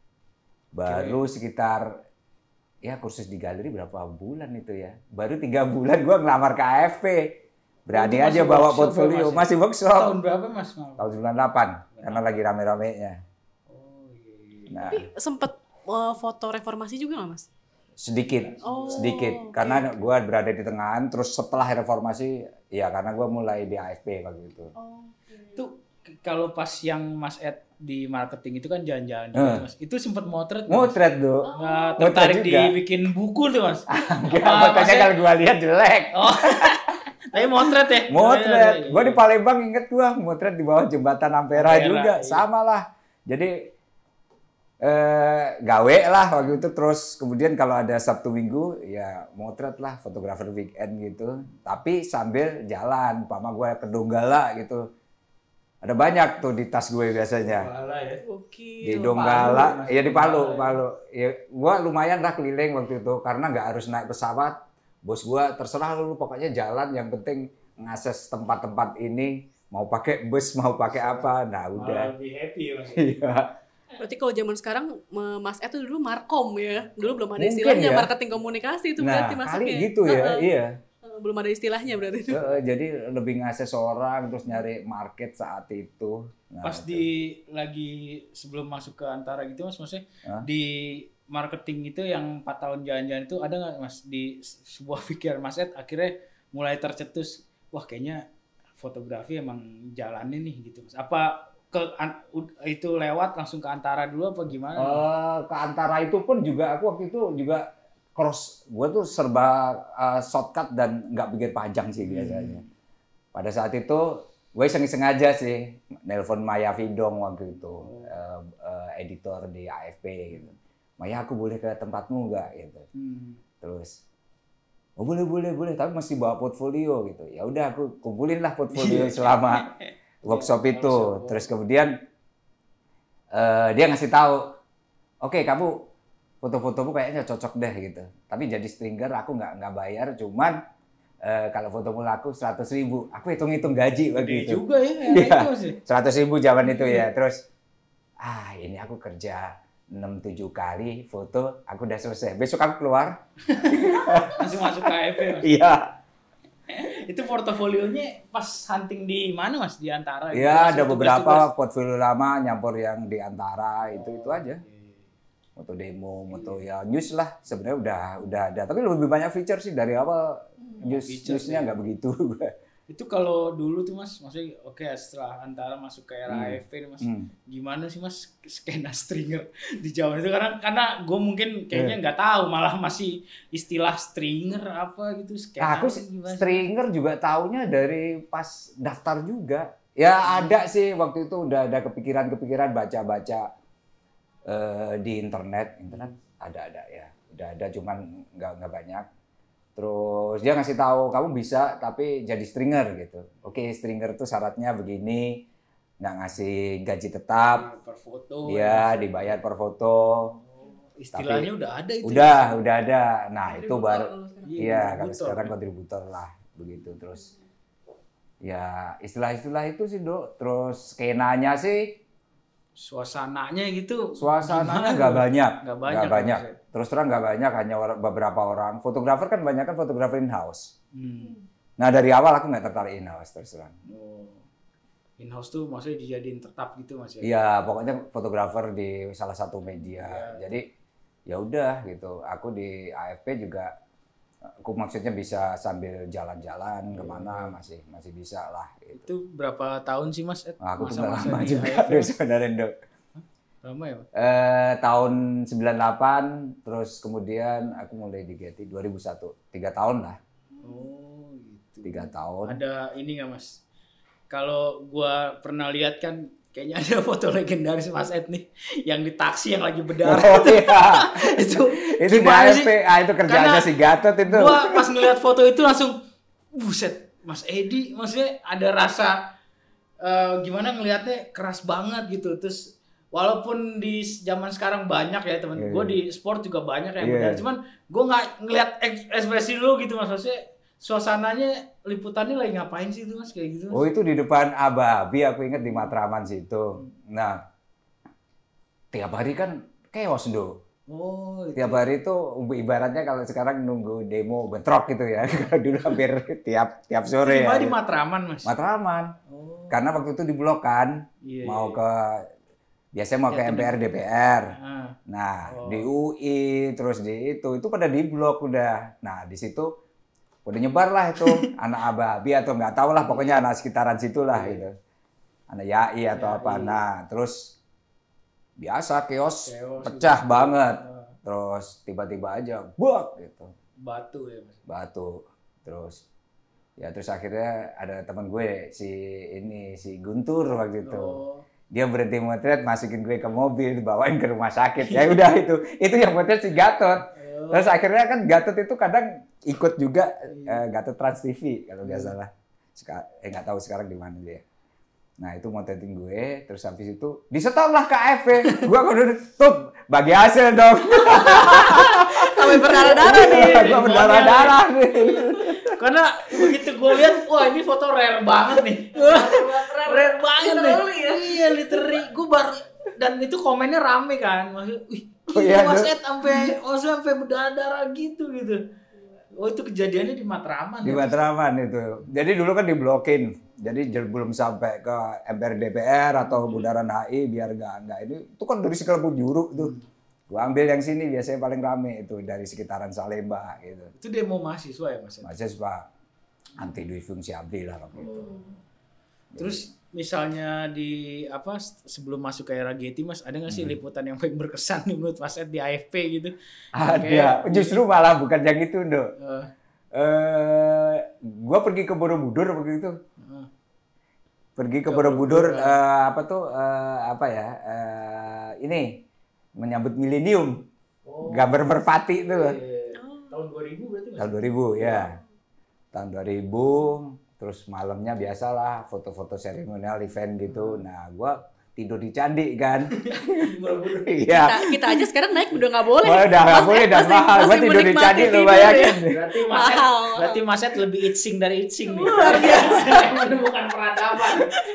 Speaker 2: Baru sekitar ya kursus di galeri berapa bulan itu ya? Baru tiga bulan gua ngelamar ke A F P. Berani
Speaker 3: Itu
Speaker 2: aja
Speaker 3: masih
Speaker 2: bawa
Speaker 3: workshop
Speaker 2: portfolio,
Speaker 3: ya, Mas, ya?
Speaker 2: masih workshop.
Speaker 3: Tahun berapa Mas? Mal?
Speaker 2: Tahun sembilan puluh delapan karena lagi rame-ramenya.
Speaker 3: Oh iya. iya.
Speaker 2: Nah,
Speaker 4: Tapi sempet uh, foto reformasi juga nggak mas?
Speaker 2: sedikit,
Speaker 4: Oh,
Speaker 2: sedikit.
Speaker 4: oke.
Speaker 2: Karena gua berada di tengahan, terus setelah reformasi, ya karena gua mulai di A F P waktu itu.
Speaker 4: Oh,
Speaker 3: Itu k- kalau pas yang Mas Ed di marketing itu kan jalan-jalan
Speaker 2: Eh.
Speaker 3: juga, Mas. Itu sempat motret nggak, Mas?
Speaker 2: Motret tuh.
Speaker 3: Nggak
Speaker 2: Motret
Speaker 3: tertarik
Speaker 2: juga.
Speaker 3: dibikin buku tuh Mas.
Speaker 2: Enggak,
Speaker 3: Apa,
Speaker 2: makanya
Speaker 3: Mas,
Speaker 2: kalau gua lihat jelek.
Speaker 3: Oh. Tapi motret ya?
Speaker 2: Motret.
Speaker 3: Iya, iya,
Speaker 2: Gua di
Speaker 3: iya.
Speaker 2: Palembang inget gua motret di bawah jembatan Ampera
Speaker 3: Ampera,
Speaker 2: juga,
Speaker 3: iya.
Speaker 2: sama lah. Jadi eh gawe lah waktu itu terus kemudian kalau ada Sabtu Minggu ya motret lah fotografer weekend gitu. Tapi sambil jalan, pama gua ke Donggala gitu. Ada banyak tuh di tas gue biasanya.
Speaker 3: Malah ya.
Speaker 4: oke.
Speaker 2: Di Donggala,
Speaker 3: Mas.
Speaker 2: ya di Palu, Palu. Ya, gua lumayan lah keliling waktu itu karena nggak harus naik pesawat. Bos gua terserah lu, pokoknya jalan yang penting ngakses tempat-tempat ini mau pakai bus mau pakai apa. Nah,
Speaker 3: Malah
Speaker 2: udah.
Speaker 3: lebih happy ya Mas.
Speaker 2: Iya.
Speaker 4: Berarti kalau zaman sekarang me- Mas Ed tuh dulu markom ya. Dulu belum ada
Speaker 2: Mungkin
Speaker 4: istilahnya
Speaker 2: ya.
Speaker 4: marketing komunikasi itu
Speaker 2: Nah,
Speaker 4: berarti
Speaker 2: kali
Speaker 4: masuknya.
Speaker 2: gitu ya.
Speaker 4: Heeh.
Speaker 2: Iya.
Speaker 4: Eh, Belum ada istilahnya berarti itu.
Speaker 2: Heeh, jadi lebih ngakses orang terus nyari market saat itu. Nah,
Speaker 3: Pas
Speaker 2: itu.
Speaker 3: di lagi sebelum masuk ke Antara gitu Mas, maksudnya
Speaker 2: Hah?
Speaker 3: di marketing itu yang empat tahun jalan-jalan itu ada nggak Mas di se- sebuah pikiran Mas Ed akhirnya mulai tercetus, wah kayaknya fotografi emang jalannya nih gitu Mas. Apa ke an- ud- itu lewat langsung ke Antara dulu apa gimana?
Speaker 2: Eh, ke Antara itu pun juga aku waktu itu juga cross, gue tuh serba eh, shortcut dan nggak bikin panjang sih biasanya. Pada saat itu gue iseng-iseng aja sih nelpon Maya Vidong waktu itu, eh, eh, editor di A F P gitu. Maya aku boleh ke tempatmu nggak gitu.
Speaker 3: Hmm.
Speaker 2: Terus oh boleh boleh boleh tapi mesti bawa portfolio gitu. Ya udah aku kumpulin lah portfolio selama workshop itu.
Speaker 3: workshop.
Speaker 2: Terus kemudian eh, dia ngasih tahu, oke kamu foto-fotomu kayaknya cocok deh gitu. Tapi jadi stringer aku nggak nggak bayar, cuman e, kalau fotomu laku seratus ribu. Aku hitung-hitung gaji waktu itu.
Speaker 3: juga ya.
Speaker 2: Iya, seratus ribu zaman itu ya. Terus, ah ini aku kerja enam tujuh kali foto, aku udah selesai. Besok aku keluar.
Speaker 3: Langsung masuk K F P.
Speaker 2: Iya.
Speaker 3: Itu portofolionya pas hunting di mana Mas? Di Antara?
Speaker 2: Iya, ada beberapa portfolio lama nyampur yang di Antara, itu itu aja. Moto demo, moto ya news lah sebenarnya udah udah ada, tapi lebih banyak feature sih dari awal. News newsnya nggak begitu.
Speaker 3: Itu kalau dulu tuh Mas, maksudnya oke okay, setelah Antara masuk ke era A F P nih Mas, hmm. gimana sih Mas skena stringer di zaman itu? Karena karena gue mungkin kayaknya nggak tahu, malah masih istilah stringer apa gitu. Skena
Speaker 2: nah, aku stringer juga taunya dari pas daftar juga. Ya hmm. ada sih waktu itu udah ada kepikiran-kepikiran baca-baca uh, di internet, internet ada-ada ya, udah ada cuman nggak nggak banyak. Terus dia ngasih tahu kamu bisa tapi jadi stringer gitu. Oke, stringer tuh syaratnya begini, nggak ngasih gaji tetap.
Speaker 3: Per foto.
Speaker 2: Iya, dibayar per foto.
Speaker 3: Istilahnya
Speaker 2: tapi,
Speaker 3: udah ada itu.
Speaker 2: Udah, ya? udah ada. Nah, itu baru iya, kalau sekarang
Speaker 3: ya.
Speaker 2: kontributor lah begitu. Terus ya istilah-istilah itu sih, Dok. Terus skenanya sih
Speaker 3: suasananya gitu.
Speaker 2: Suasananya nggak banyak.
Speaker 3: Nggak banyak.
Speaker 2: Gak banyak. Terus terang nggak banyak, hanya beberapa orang. Fotografer kan banyak kan fotografer in-house. Hmm. Nah dari awal aku nggak tertarik in-house terus terang.
Speaker 3: Oh. In-house tuh maksudnya dijadiin tetap gitu Mas ya?
Speaker 2: Iya, pokoknya fotografer di salah satu media. Ya. Jadi ya udah gitu. Aku di A F P juga, aku maksudnya bisa sambil jalan-jalan kemana masih masih bisa lah. Gitu.
Speaker 3: Itu berapa tahun sih Mas?
Speaker 2: Nah, aku tuh lama juga sebenarnya Dok.
Speaker 3: Lama ya?
Speaker 2: Eh, tahun sembilan puluh delapan, terus kemudian aku mulai diganti dua ribu satu, tiga tahun lah.
Speaker 3: Oh gitu.
Speaker 2: Tiga tahun.
Speaker 3: Ada ini nggak Mas? Kalau gua pernah lihat kan, kayaknya ada foto legendaris Mas Ed nih, yang di taksi yang lagi berdarah.
Speaker 2: Oh, iya.
Speaker 3: itu
Speaker 2: itu di A F P, ah, itu kerjaannya si Gatot itu.
Speaker 3: Gua pas ngeliat foto itu langsung, buset, Mas Edi, maksudnya ada rasa uh, gimana ngelihatnya keras banget gitu. Terus walaupun di zaman sekarang banyak ya teman, yeah, gue di sport juga banyak yang yeah. benar, cuman gue nggak ngelihat ekspresi lu gitu Mas, maksudnya suasananya liputannya lagi ngapain sih itu Mas kayak gitu Mas?
Speaker 2: Oh itu di depan Ababi, aku inget di Matraman situ. Nah tiap hari kan chaos do.
Speaker 3: Oh, itu.
Speaker 2: Tiap hari itu ibaratnya kalau sekarang nunggu demo bentrok gitu ya. Dulu hampir tiap tiap sore
Speaker 3: ya.
Speaker 2: Di
Speaker 3: Matraman Mas?
Speaker 2: Matraman. Oh. Karena waktu itu di blok kan, yeah, mau yeah. ke biasanya mau ya, ke M P R D P R, ah. nah oh. di U I terus di itu itu pada di blok udah, nah di situ udah nyebar lah itu anak Ababi atau nggak tahu lah pokoknya anak sekitaran situ lah yeah. gitu, anak Y A I atau ya, apa, iya. Nah terus biasa chaos, chaos pecah gitu. Banget, ah. terus tiba-tiba aja, buak gitu,
Speaker 3: batu ya Mas,
Speaker 2: batu, terus ya terus akhirnya ada teman gue si ini si Guntur waktu itu. Oh. Dia berhenti motret, masukin gue ke mobil, dibawain ke rumah sakit. Ya udah itu, itu yang motret si Gatot. Terus akhirnya kan Gatot itu kadang ikut juga uh, Gatot Trans T V kalau nggak salah. Seka, eh nggak tahu sekarang di mana dia. Nah itu motretin gue, terus habis itu disetor lah ke A F P. Gue kudu tuh bagi hasil dong.
Speaker 4: Sampai berdarah-darah nih.
Speaker 2: Gue berdarah-darah nih.
Speaker 3: Karena begitu gue lihat, wah ini foto rare banget nih. Rare banget nih. Ya? Iya, literally. Gue baru, dan itu komennya rame kan. Maksudnya, wih, oh, iya, Mas Ed sampai maksudnya sampai berdarah gitu gitu. Oh itu kejadiannya di Matraman.
Speaker 2: Di ya? Matraman itu. Jadi dulu kan diblokin. Jadi belum sampai ke M P R D P R atau Bundaran H I biar enggak enggak ini. Itu kan dari segala penjuru tuh. Hmm. Gua ambil yang sini biasanya paling rame itu dari sekitaran Salemba gitu.
Speaker 3: Itu demo mahasiswa ya Mas?
Speaker 2: Mahasiswa anti duit fungsi abri lah waktu itu.
Speaker 3: Oh. Terus misalnya di apa sebelum masuk ke era Getty Mas, ada nggak sih hmm. liputan yang paling berkesan nih menurut Mas Ed di A F P gitu?
Speaker 2: Ada. Kayak, justru malah bukan yang itu Dok. Uh. Uh, gua pergi ke Borobudur waktu itu. Uh. Pergi ke, ke Borobudur, Borobudur uh, apa tuh uh, apa ya? Uh, ini menyambut milenium, oh. gambar merpati itu.
Speaker 3: Oh. Tahun dua ribu berarti Mas?
Speaker 2: Tahun dua ribu ya. Tahun dua ribu, terus malamnya biasalah foto-foto seremonial event gitu. Hmm. Nah, gua tidur di candi kan. Iya.
Speaker 4: Kita, kita aja sekarang naik udah nggak boleh.
Speaker 2: Oh, udah nggak boleh dan mahal. Gua tidur di candi lu bayangin.
Speaker 3: Berarti Maset,
Speaker 4: Mahal.
Speaker 3: berarti Maset lebih itsing dari itsing nih.
Speaker 4: Luar biasa.
Speaker 3: Menemukan peradaban.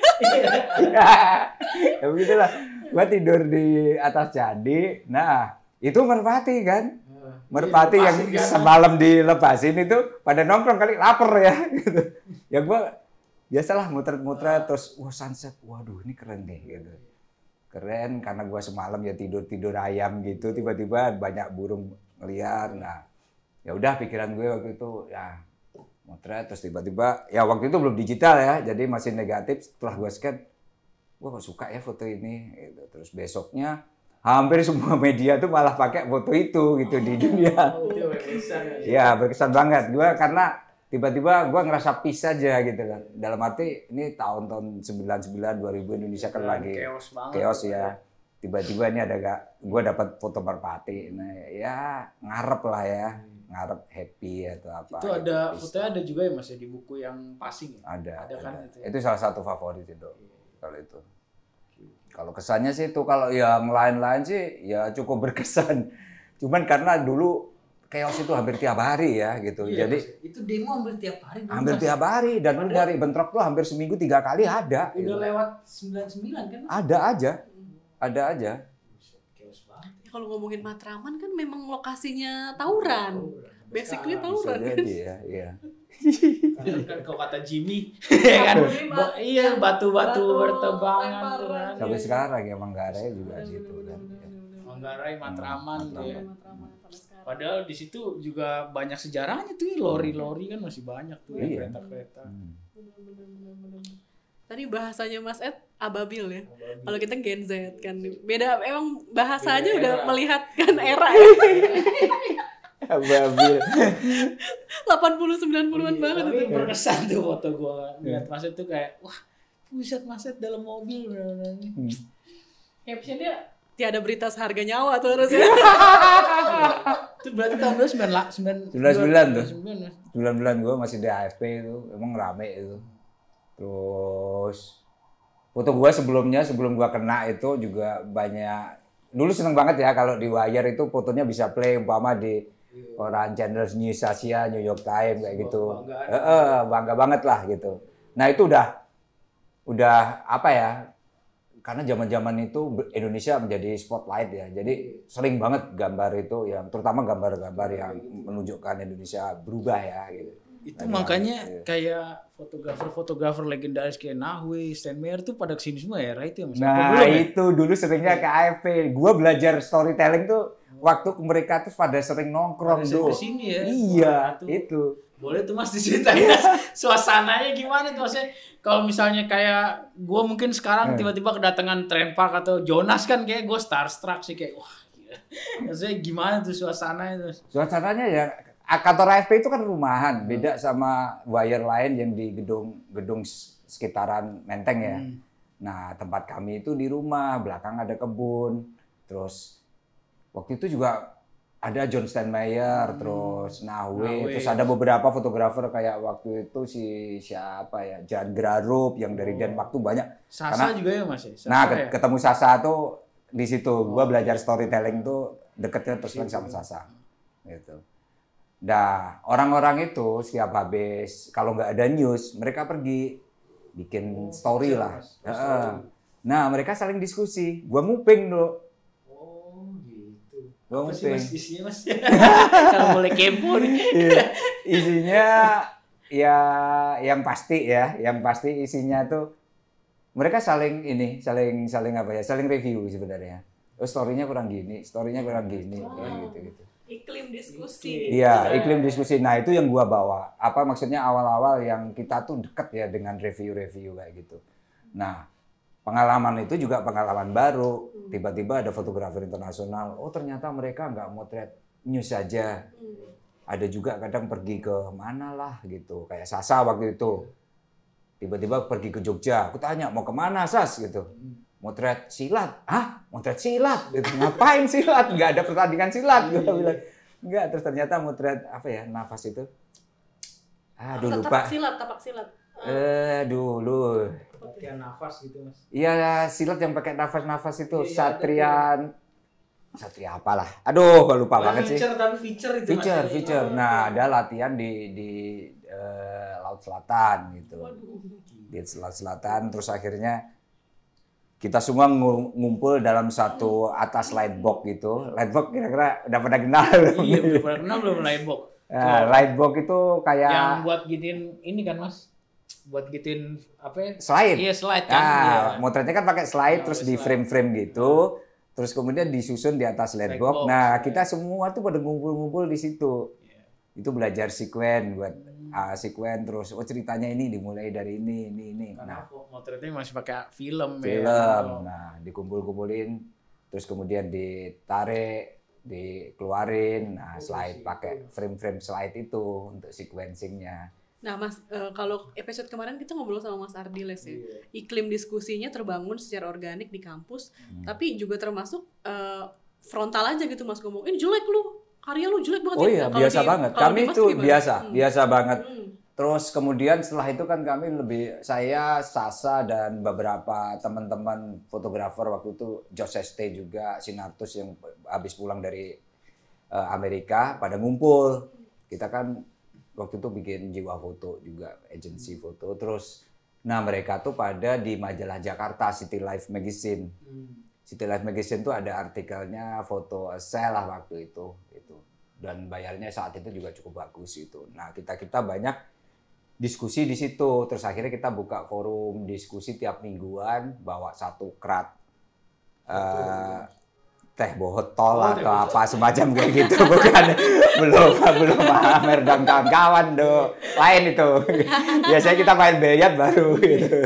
Speaker 2: Ya begitulah. Gua tidur di atas candi. Nah, itu merpati kan. Merpati yang semalam dilepasin itu pada nongkrong kali lapar ya gitu. Ya gua biasalah muter-muter terus wah sunset. Waduh, ini keren nih gitu. Keren karena gua semalam ya tidur-tidur ayam gitu, tiba-tiba banyak burung liar. Nah, ya udah pikiran gue waktu itu ya motret terus tiba-tiba ya waktu itu belum digital ya, jadi masih negatif. Setelah gua scan, gua kok suka ya foto ini gitu. Terus besoknya hampir semua media tuh malah pakai foto itu gitu di dunia. Ya berkesan banget gue karena tiba-tiba gue ngerasa peace aja gitu kan. Dalam arti ini tahun-tahun sembilan puluh sembilan dua ribu Indonesia kan lagi
Speaker 3: chaos banget.
Speaker 2: Chaos ya. Tiba-tiba ini ada gak, gue dapat foto merpati. Nah ya ngarep lah ya, ngarep happy atau apa.
Speaker 3: Itu ada
Speaker 2: gitu,
Speaker 3: fotonya ada juga ya Mas ya di buku yang passing ya?
Speaker 2: Ada,
Speaker 3: ada, kan
Speaker 2: ada.
Speaker 3: itu. Ya?
Speaker 2: Itu salah satu favorit itu kalau itu. Kalau kesannya sih itu kalau yang lain-lain sih ya cukup berkesan. Cuman karena dulu chaos itu hampir tiap hari ya gitu.
Speaker 3: Iya,
Speaker 2: jadi
Speaker 3: Mas. Itu demo hampir tiap hari.
Speaker 2: hampir tiap hari dan lu dari bentrok tuh hampir seminggu tiga kali ada.
Speaker 3: Udah
Speaker 2: gitu.
Speaker 3: lewat sembilan puluh sembilan kan?
Speaker 2: Ada aja. Ada aja.
Speaker 3: Chaos banget.
Speaker 4: Ya, kalau ngomongin Matraman kan memang lokasinya tawuran. Basically tawuran
Speaker 2: Bisa
Speaker 4: kan.
Speaker 2: jadi ya, iya.
Speaker 3: Kan, kan kalau kata Jimmy, kan, ba- iya batu-batu bertebangan tuh kan.
Speaker 2: Sampai sekarang ya Manggarai juga situ kan.
Speaker 3: Manggarai, Matraman tuh ya.
Speaker 4: Matraman sampai sekarang.
Speaker 3: Padahal di situ juga banyak sejarahnya tuh, lori-lori kan masih banyak tuh ya,
Speaker 2: Iya.
Speaker 3: kereta-kereta.
Speaker 2: Hmm.
Speaker 4: Tadi bahasanya Mas Ed ababil ya. Kalau kita Gen Z kan beda, emang bahasanya
Speaker 3: Beda
Speaker 4: udah
Speaker 3: era.
Speaker 4: melihatkan era ya.
Speaker 2: Babil.
Speaker 4: delapan puluh sembilan puluhan banget
Speaker 3: Tapi
Speaker 4: itu.
Speaker 3: berkesan tuh foto gua lihat Mas Ed tuh kayak wah, buset Mas Ed dalam mobil bener-bener.
Speaker 2: Hmm.
Speaker 4: Captionnya tiada berita seharga nyawa tuh harusnya.
Speaker 3: Itu berarti tahun dulu sembilan sembilan
Speaker 2: sembilan puluh sembilan tuh.
Speaker 3: sembilan Mas.
Speaker 2: Sembilan bulan gue masih di A F P itu, emang rame itu. Terus foto gue sebelumnya, sebelum gue kena itu juga banyak. Dulu seneng banget ya kalau di Wire itu fotonya bisa play umpama di koran channel News Asia, New York Times kayak gitu.
Speaker 3: Kebanggaan.
Speaker 2: Eh, eh, bangga banget lah gitu. Nah itu udah, udah apa ya? Karena zaman-zaman itu Indonesia menjadi spotlight ya. Jadi sering banget gambar itu yang terutama gambar-gambar yang menunjukkan Indonesia berubah ya gitu.
Speaker 3: Itu
Speaker 2: Lagi
Speaker 3: makanya
Speaker 2: rame, iya.
Speaker 3: kayak fotografer-fotografer legendaris kayak Nahwe, Stan Meyer tuh pada kesini semua ya, right ya Mas? Apa
Speaker 2: Nah
Speaker 3: belum ya?
Speaker 2: itu dulu seringnya ke A F P. Gua belajar storytelling tuh waktu mereka tuh pada sering nongkrong
Speaker 3: Pada sering
Speaker 2: tuh.
Speaker 3: kesini ya.
Speaker 2: Iya
Speaker 3: Wah, itu.
Speaker 2: itu.
Speaker 3: Boleh tuh Mas diceritain suasananya gimana tuh Maksudnya kalau misalnya kayak gue mungkin sekarang
Speaker 2: Hmm.
Speaker 3: tiba-tiba kedatangan Trempak atau Jonas kan kayak gue starstruck sih kayak wah gila. Maksudnya gimana tuh suasananya tuh?
Speaker 2: Suasananya ya kantor A F P itu kan rumahan, beda sama Wire lain yang di gedung-gedung sekitaran Menteng ya.
Speaker 3: Hmm.
Speaker 2: Nah tempat kami itu di rumah, belakang ada kebun. Terus waktu itu juga ada John Steinmeier,
Speaker 3: Hmm.
Speaker 2: terus Nahwe,
Speaker 3: Nahwe.
Speaker 2: terus ada beberapa fotografer kayak waktu itu si siapa ya, Jan Grarup yang dari
Speaker 3: Oh.
Speaker 2: Denmark tuh banyak.
Speaker 3: Sasa
Speaker 2: Karena-
Speaker 3: juga ya Mas ya? Sasa
Speaker 2: Nah,
Speaker 3: ya?
Speaker 2: ke- ketemu Sasa tuh di situ. Gua
Speaker 3: Oh,
Speaker 2: belajar
Speaker 3: iya.
Speaker 2: storytelling tuh deketnya terus terang
Speaker 3: Situ.
Speaker 2: sama Sasa. Gitu. Nah, orang-orang itu setiap habis kalau nggak ada news, mereka pergi bikin
Speaker 3: Oh,
Speaker 2: story
Speaker 3: siap,
Speaker 2: lah.
Speaker 3: Mas. Oh,
Speaker 2: Heeh.
Speaker 3: story.
Speaker 2: Nah, mereka saling diskusi. Gua nguping dulu.
Speaker 3: Oh gitu.
Speaker 2: Gua
Speaker 3: Apa sih
Speaker 2: nguping.
Speaker 3: Mas isinya Mas? Kalau boleh kepo nih.
Speaker 2: Iya. Isinya ya yang pasti ya, yang pasti isinya tuh mereka saling ini, saling saling apa ya, saling review sebenarnya. Oh, story-nya kurang gini, story-nya kurang gini, kayak gitu-gitu.
Speaker 4: Iklim diskusi.
Speaker 2: Iya, iklim diskusi. Nah, itu yang gua bawa. Apa maksudnya awal-awal yang kita tuh deket ya dengan review-review kayak gitu. Nah, pengalaman itu juga pengalaman baru. Tiba-tiba ada fotografer internasional. Oh, ternyata mereka nggak motret news saja. Ada juga kadang pergi ke mana lah gitu. Kayak Sasa waktu itu. Tiba-tiba pergi ke Jogja. Aku tanya, mau kemana Sas? Gitu. Motret silat. Hah? Motret silat? Gitu. Ngapain silat? Nggak ada pertandingan silat. Gue bilang. Enggak, terus ternyata motret apa ya, nafas itu. Aduh lupa.
Speaker 4: Tapak silat, tapak silat.
Speaker 2: Eh dulu.
Speaker 3: Latihan nafas gitu mas.
Speaker 2: Iya silat yang pakai nafas-nafas itu
Speaker 3: Iya,
Speaker 2: Satrian. Satria apalah. Aduh, gua lupa
Speaker 3: Bukan
Speaker 2: banget sih.
Speaker 3: feature tapi feature itu
Speaker 2: Feature,
Speaker 3: mas.
Speaker 2: feature. Nah, ada latihan di di eh, Laut Selatan gitu. Di Laut Selatan terus akhirnya kita semua ngu- ngumpul dalam satu atas lightbox gitu. Lightbox kira-kira udah pada kenal belum?
Speaker 3: Iya belum pernah kenal belum lightbox.
Speaker 2: Nah, lightbox itu kayak
Speaker 3: Yang buat gituin ini kan mas, buat gituin apa? Ya?
Speaker 2: slide.
Speaker 3: Iya slide kan.
Speaker 2: Nah,
Speaker 3: Iya.
Speaker 2: motretnya kan pakai slide
Speaker 3: Oh,
Speaker 2: terus
Speaker 3: slide.
Speaker 2: di frame-frame gitu. Terus kemudian disusun di atas lightbox.
Speaker 3: Lightbox,
Speaker 2: Nah,
Speaker 3: iya.
Speaker 2: kita semua tuh pada ngumpul-ngumpul di situ. Itu belajar sekuen buat uh, sekuen terus oh ceritanya ini dimulai dari ini ini ini.
Speaker 3: Karena
Speaker 2: Nah,
Speaker 3: motretnya masih pakai film.
Speaker 2: film.
Speaker 3: Ya.
Speaker 2: Nah, dikumpul-kumpulin terus kemudian ditarik, dikeluarin. Nah, slide pakai frame-frame slide itu untuk sequencingnya.
Speaker 4: Nah Mas, eh, kalau episode kemarin kita ngobrol sama Mas Ardiles ya,
Speaker 3: Iya.
Speaker 4: iklim diskusinya terbangun secara organik di kampus,
Speaker 2: Hmm.
Speaker 4: tapi juga termasuk eh, frontal aja gitu Mas ngomong, ini jelek lu, karya lu jelek banget.
Speaker 2: Oh
Speaker 4: ya."
Speaker 2: iya,
Speaker 4: Nah, kalau
Speaker 2: biasa
Speaker 4: di-
Speaker 2: banget.
Speaker 4: kalau
Speaker 2: Kami
Speaker 4: di Mas
Speaker 2: itu
Speaker 4: gimana?
Speaker 2: biasa,
Speaker 4: Hmm.
Speaker 2: biasa banget.
Speaker 4: Hmm.
Speaker 2: Terus kemudian setelah itu kan kami lebih, saya, Sasa, dan beberapa teman-teman fotografer waktu itu, Josh Este juga, Sinartus yang habis pulang dari eh, Amerika, pada ngumpul. Kita kan waktu itu bikin Jiwa Foto juga, agensi foto. Terus, nah mereka tuh pada di majalah Jakarta, City Life Magazine.
Speaker 3: Hmm.
Speaker 2: City Life Magazine tuh ada artikelnya foto essay lah waktu itu. Itu. Dan bayarnya saat itu juga cukup bagus itu. Nah kita-kita banyak diskusi di situ. Terus akhirnya kita buka forum diskusi tiap mingguan, bawa satu krat eh, teh botol
Speaker 3: Oh,
Speaker 2: atau apa semacam kayak gitu. Bukan, belum belum Amer dan kawan-kawan do. Lain itu. Biasanya kita main biliar baru gitu.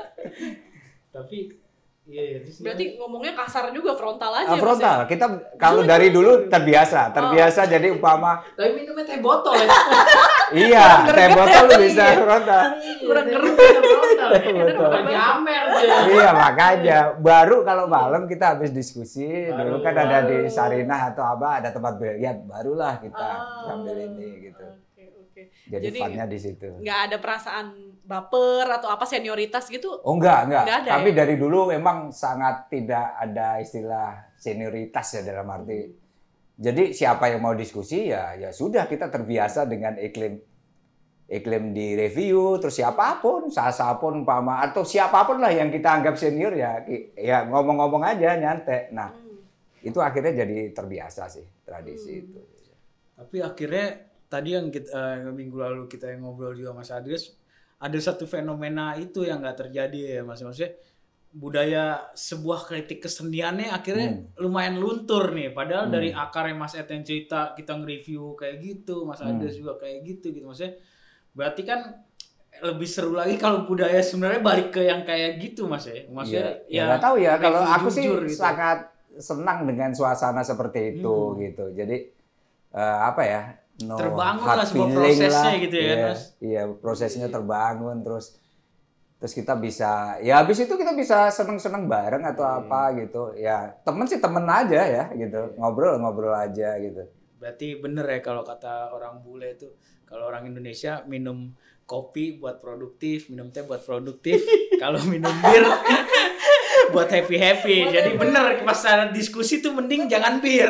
Speaker 3: Tapi iya, iya terus
Speaker 4: Berarti ngomongnya kasar juga, frontal aja.
Speaker 2: Ah,
Speaker 4: Mas,
Speaker 2: frontal.
Speaker 4: ya?
Speaker 2: Kita kalau dari dulu terbiasa, terbiasa jadi umpama
Speaker 3: tapi minumnya teh botol ya.
Speaker 2: iya, teh botol lu bisa frontal.
Speaker 3: Kurang gerut ya botol. Lagi amer dia.
Speaker 2: Iya, makanya baru kalau malam kita habis diskusi, dulu kan ada di Sarinah atau apa, ada tempat biliar, barulah kita
Speaker 4: Ah,
Speaker 2: ngambil ini gitu.
Speaker 4: Oke, oke.
Speaker 2: Jadi,
Speaker 4: Jadi
Speaker 2: funnya di situ.
Speaker 4: nggak ada perasaan baper atau apa senioritas gitu.
Speaker 2: Oh enggak, enggak.
Speaker 4: Nggak ada
Speaker 2: Kami
Speaker 4: ya?
Speaker 2: dari dulu memang sangat tidak ada istilah senioritas ya dalam arti. Jadi siapa yang mau diskusi ya ya sudah kita terbiasa dengan iklim iklim di review terus siapapun, Sasa pun umpama atau siapapun lah yang kita anggap senior ya ki- ya ngomong-ngomong aja nyantai. Nah,
Speaker 4: Hmm.
Speaker 2: itu akhirnya jadi terbiasa sih tradisi
Speaker 4: Hmm.
Speaker 2: itu.
Speaker 3: Tapi akhirnya tadi yang kita eh, minggu lalu kita yang ngobrol juga Mas Adrius, ada satu fenomena itu yang nggak terjadi ya Mas. Maksudnya budaya sebuah kritik keseniannya akhirnya
Speaker 2: Hmm.
Speaker 3: lumayan luntur nih. Padahal
Speaker 2: Hmm.
Speaker 3: dari akar yang Mas Ed yang cerita kita nge-review kayak gitu, Mas
Speaker 2: Hmm.
Speaker 3: Adrius juga kayak gitu gitu. Maksudnya berarti kan lebih seru lagi kalau budaya sebenarnya balik ke yang kayak gitu Mas ya. Maksudnya
Speaker 2: ya nggak tahu ya kalau
Speaker 3: review
Speaker 2: aku sih
Speaker 3: jujur gitu.
Speaker 2: sangat senang dengan suasana seperti itu
Speaker 3: Hmm.
Speaker 2: gitu. Jadi eh, apa ya? No
Speaker 3: Terbangun
Speaker 2: hard
Speaker 3: lah sebuah
Speaker 2: feeling
Speaker 3: prosesnya
Speaker 2: lah.
Speaker 3: gitu ya,
Speaker 2: Iya,
Speaker 3: Mas.
Speaker 2: iya, prosesnya terbangun terus terus kita bisa ya habis itu kita bisa seneng-seneng bareng atau
Speaker 3: Iya.
Speaker 2: apa gitu. Ya, temen sih temen aja ya gitu. Ngobrol-ngobrol aja gitu.
Speaker 3: Berarti bener ya kalau kata orang bule itu, kalau orang Indonesia minum kopi buat produktif, minum teh buat produktif, kalau minum bir buat happy-happy. Jadi bener pas ada diskusi tuh mending jangan bir.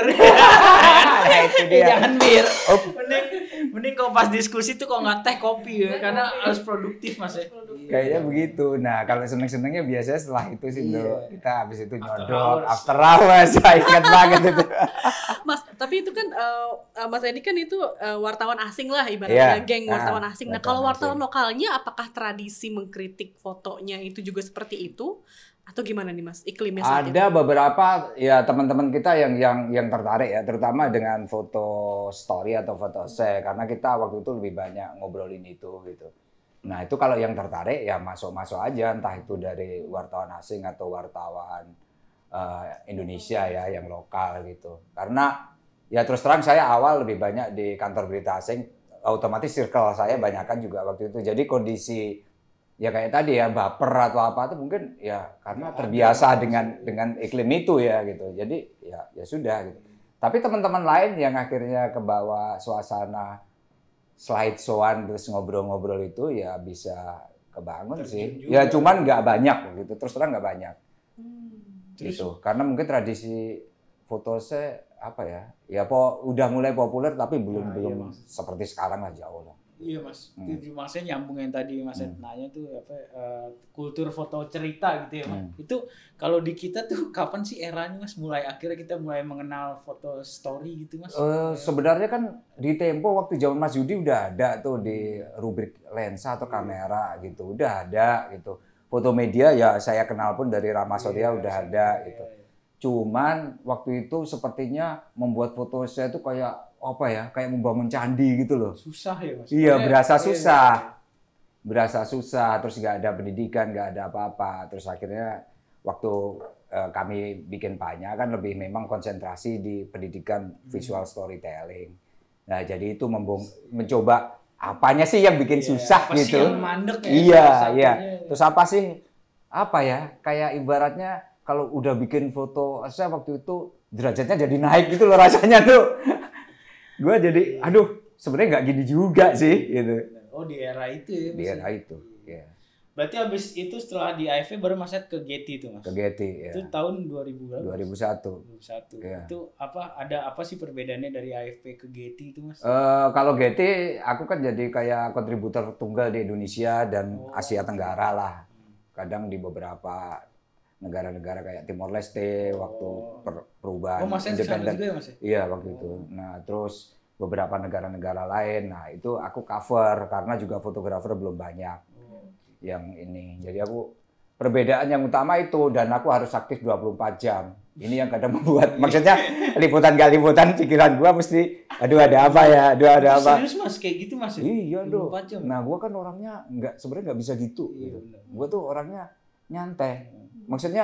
Speaker 2: Nah, itu dia.
Speaker 3: Jangan bir.
Speaker 2: Oh.
Speaker 3: Mending mending kalau pas diskusi tuh kalau nggak teh kopi ya, karena harus produktif Mas ya.
Speaker 2: Kayaknya begitu. Nah, kalau seneng-senengnya biasanya setelah itu sih,
Speaker 3: Iya.
Speaker 2: Ndo. Kita habis itu
Speaker 3: After
Speaker 2: nyodok,
Speaker 3: hours.
Speaker 2: after hours, saya ingat banget itu.
Speaker 4: Mas, tapi itu kan eh, eh, Mas Edi kan itu eh, wartawan asing lah ibaratnya,
Speaker 2: Iya.
Speaker 4: geng wartawan
Speaker 2: Ah,
Speaker 4: asing. Nah,
Speaker 2: wartawan
Speaker 4: kalau wartawan
Speaker 2: asing.
Speaker 4: lokalnya apakah tradisi mengkritik fotonya itu juga seperti itu atau gimana nih Mas iklimnya saat itu?
Speaker 2: Ada beberapa ya teman-teman kita yang yang yang tertarik ya, terutama dengan foto story atau foto essay karena kita waktu itu lebih banyak ngobrolin itu gitu. Nah, itu kalau yang tertarik ya masuk-masuk aja entah itu dari wartawan asing atau wartawan eh, Indonesia ya yang lokal gitu. Karena ya terus terang saya awal lebih banyak di kantor berita asing, otomatis circle saya banyakkan juga waktu itu. Jadi kondisi ya kayak tadi ya baper atau apa tuh mungkin ya karena terbiasa dengan dengan iklim itu ya gitu. Jadi ya ya sudah gitu. Tapi teman-teman lain yang akhirnya kebawa suasana slide showan terus ngobrol-ngobrol itu ya bisa kebangun
Speaker 3: Terjun
Speaker 2: sih.
Speaker 3: juga.
Speaker 2: Ya cuman nggak banyak gitu. Terus terang nggak banyak.
Speaker 4: Hmm.
Speaker 2: Gitu. Karena mungkin tradisi foto saya apa ya? Ya po, udah mulai populer tapi belum
Speaker 3: Nah,
Speaker 2: belum
Speaker 3: iya, Mas.
Speaker 2: seperti sekarang lah, jauh lah.
Speaker 3: Iya mas,
Speaker 2: Hmm.
Speaker 3: itu maksudnya nyambung yang tadi mas Ed
Speaker 2: Hmm.
Speaker 3: nanya tuh apa eh, kultur foto cerita gitu ya mas.
Speaker 2: Hmm.
Speaker 3: Itu kalau di kita tuh kapan sih eranya mas mulai akhirnya kita mulai mengenal foto story gitu mas?
Speaker 2: Eh, sebenarnya kan di Tempo waktu zaman Mas Yudi udah ada tuh di rubrik lensa atau kamera gitu, udah ada gitu. Foto media ya saya kenal pun dari Rama Surya
Speaker 3: Iya,
Speaker 2: udah
Speaker 3: saya-
Speaker 2: ada
Speaker 3: iya,
Speaker 2: gitu.
Speaker 3: iya.
Speaker 2: Cuman waktu itu sepertinya membuat foto saya tuh kayak apa ya, kayak membangun candi gitu loh.
Speaker 3: Susah ya mas.
Speaker 2: Iya,
Speaker 3: Maksudnya-
Speaker 2: berasa
Speaker 3: iya,
Speaker 2: susah.
Speaker 3: iya.
Speaker 2: Berasa susah, terus nggak ada pendidikan, nggak ada apa-apa. Terus akhirnya waktu eh, kami bikin Panya kan lebih memang konsentrasi di pendidikan visual storytelling. Nah, jadi itu membong- mencoba apanya sih yang bikin
Speaker 3: Iya,
Speaker 2: susah
Speaker 3: apa sih
Speaker 2: gitu.
Speaker 3: yang mandek ya,
Speaker 2: Iya,
Speaker 3: salah satunya.
Speaker 2: iya. Terus apa sih? Apa ya? Kayak ibaratnya kalau udah bikin foto, saya waktu itu derajatnya jadi naik gitu loh rasanya tuh. Gue jadi, aduh, sebenarnya nggak gini juga sih, gitu.
Speaker 3: Oh di era itu ya.
Speaker 2: Di
Speaker 3: Mas,
Speaker 2: era
Speaker 3: ya?
Speaker 2: itu, ya.
Speaker 3: Berarti habis itu setelah di A F V baru mas Ed ke Getty itu mas.
Speaker 2: Ke Getty, ya.
Speaker 3: Itu tahun dua ribu berapa?
Speaker 2: dua ribu satu.
Speaker 3: dua ribu satu.
Speaker 2: Iya.
Speaker 3: Itu apa ada apa sih perbedaannya dari A F V ke Getty itu mas?
Speaker 2: Eh, kalau Getty, aku kan jadi kayak kontributor tunggal di Indonesia dan
Speaker 3: Oh.
Speaker 2: Asia Tenggara lah. Kadang di beberapa negara-negara kayak Timor Leste waktu per- perubahan
Speaker 3: Oh mas Ed kesana
Speaker 2: independen.
Speaker 3: juga ya mas ya?
Speaker 2: Iya waktu itu. Nah terus beberapa negara-negara lain, nah itu aku cover karena juga fotografer belum banyak
Speaker 3: Oh.
Speaker 2: yang ini. Jadi aku perbedaan yang utama itu dan aku harus aktif dua puluh empat jam. Ini yang kadang membuat maksudnya liputan gak liputan pikiran gua mesti aduh ada apa ya, aduh ada
Speaker 3: Itu
Speaker 2: apa.
Speaker 3: serius mas kayak gitu mas? ya?
Speaker 2: Iya dong.
Speaker 3: dua puluh empat jam.
Speaker 2: Nah, gua kan orangnya nggak sebenarnya nggak bisa gitu.
Speaker 3: Iya,
Speaker 2: gitu.
Speaker 3: benar.
Speaker 2: Gua tuh orangnya nyantai. Maksudnya,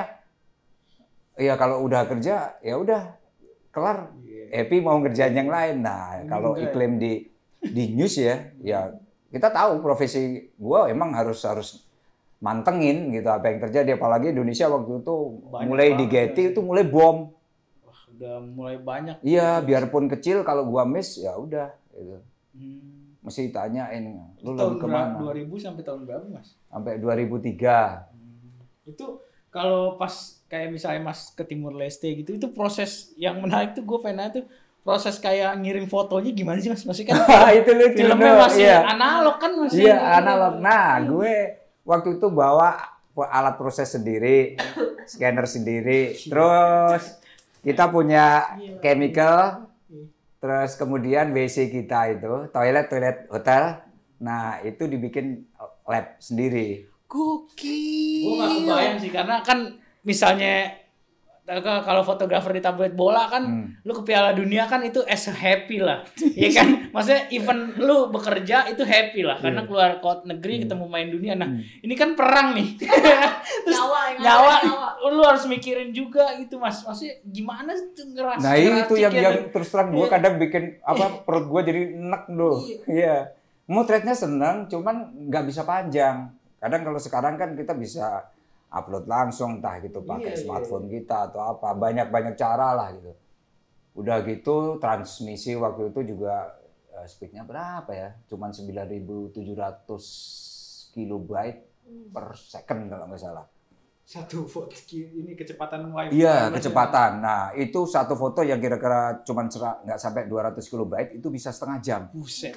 Speaker 2: ya kalau udah kerja ya udah kelar.
Speaker 3: Iya.
Speaker 2: Happy mau ngerjain yang lain. Nah,
Speaker 3: Ini
Speaker 2: kalau
Speaker 3: enggak ya?
Speaker 2: iklim di di news ya, ya kita tahu profesi gua emang harus harus mantengin gitu apa yang terjadi. Apalagi Indonesia waktu itu
Speaker 3: Banyak
Speaker 2: mulai di
Speaker 3: banget
Speaker 2: Getty
Speaker 3: ya.
Speaker 2: itu mulai bom.
Speaker 3: Wah, udah mulai banyak.
Speaker 2: Iya, biarpun kecil kalau gua miss ya udah. Gitu.
Speaker 3: Hmm.
Speaker 2: Mesti tanyain lu
Speaker 3: Tahun
Speaker 2: lagi
Speaker 3: berapa?
Speaker 2: kemana?
Speaker 3: dua ribu sampai tahun berapa mas?
Speaker 2: Sampai dua ribu tiga.
Speaker 3: Itu kalau pas kayak misalnya mas ke Timur Leste gitu, itu proses yang menarik tuh gue pengen nanya tuh proses kayak ngirim fotonya gimana sih mas? Maksudnya kan
Speaker 2: Itu lucu
Speaker 3: filmnya
Speaker 2: tuh,
Speaker 3: masih
Speaker 2: iya.
Speaker 3: analog kan masih.
Speaker 2: Iya, analog. Nah, gue waktu itu bawa alat proses sendiri, scanner sendiri. Terus kita punya chemical, terus kemudian W C kita itu, toilet toilet hotel. Nah, itu dibikin lab sendiri.
Speaker 4: Gokil.
Speaker 3: Gue gak kebayang sih karena kan misalnya k- kalau fotografer di tabloid bola kan
Speaker 2: Hmm.
Speaker 3: lu ke Piala Dunia kan itu as a happy lah. Iya kan? Maksudnya even lu bekerja itu happy lah karena
Speaker 2: Iya.
Speaker 3: keluar kota negeri ketemu main dunia. Nah,
Speaker 2: Hmm.
Speaker 3: ini kan perang nih. Terus
Speaker 4: Nyawa, yang
Speaker 3: nyawa,
Speaker 4: ada nyawa.
Speaker 3: lu harus mikirin juga gitu Mas. Maksudnya gimana tuh ngerasa
Speaker 2: Nah, itu yang
Speaker 3: ngeraciknya
Speaker 2: yang
Speaker 3: tuh?
Speaker 2: terus terang gue
Speaker 3: Iya.
Speaker 2: kadang bikin apa perut gue jadi enek loh. Iya. Motretnya seneng, cuman nggak bisa panjang. Kadang kalau sekarang kan kita bisa upload langsung, entah gitu pakai
Speaker 3: Iya, iya,
Speaker 2: smartphone kita atau apa, banyak-banyak cara lah gitu. Udah gitu transmisi waktu itu juga eh, speednya berapa ya? Cuman sembilan ribu tujuh ratus kilobyte per second kalau nggak salah.
Speaker 3: Satu foto ini kecepatan wifi.
Speaker 2: Iya, kecepatan. Nah, itu satu foto yang kira-kira cuman sera- nggak sampai dua ratus kilobyte itu bisa setengah jam.
Speaker 3: Buset.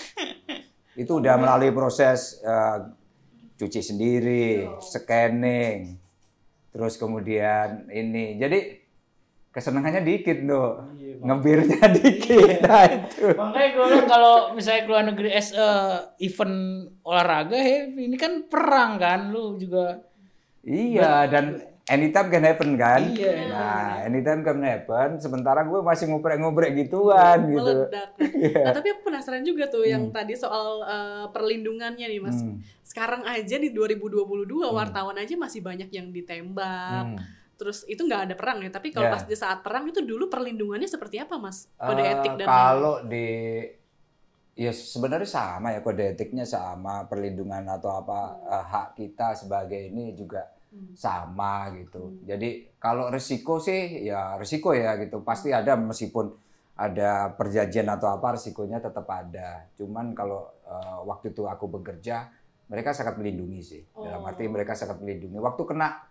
Speaker 2: Itu udah melalui proses eh, cuci sendiri, scanning, terus kemudian ini. Jadi kesenangannya dikit loh,
Speaker 3: Iya, Bang.
Speaker 2: ngebirnya dikit. Nah, itu.
Speaker 3: Makanya gue bilang kalau misalnya keluar negeri as a event olahraga, he, ini kan perang kan, lu juga.
Speaker 2: Iya, dan anytime can happen kan.
Speaker 3: Iya.
Speaker 2: Nah, anytime can happen. Sementara gue masih ngobrek-ngobrek gituan gitu.
Speaker 4: Meledak. Nah, tapi aku penasaran juga tuh yang tadi soal eh, perlindungannya nih, Mas.
Speaker 2: Hmm.
Speaker 4: Sekarang aja di dua ribu dua puluh dua wartawan aja masih banyak yang ditembak.
Speaker 2: Hmm.
Speaker 4: Terus itu nggak ada perang ya, tapi kalau
Speaker 2: Ya.
Speaker 4: pas di saat perang itu dulu perlindungannya seperti apa, Mas? Kode
Speaker 2: Eh,
Speaker 4: etik dan
Speaker 2: kalau di ya sebenarnya sama ya, kode etiknya sama, perlindungan atau apa eh, hak kita sebagai ini juga sama gitu. Jadi kalau risiko sih ya risiko ya gitu, pasti ada meskipun ada perjanjian atau apa risikonya tetap ada. Cuman kalau eh, waktu itu aku bekerja mereka sangat melindungi sih.
Speaker 4: Oh.
Speaker 2: Dalam arti mereka sangat melindungi. Waktu kena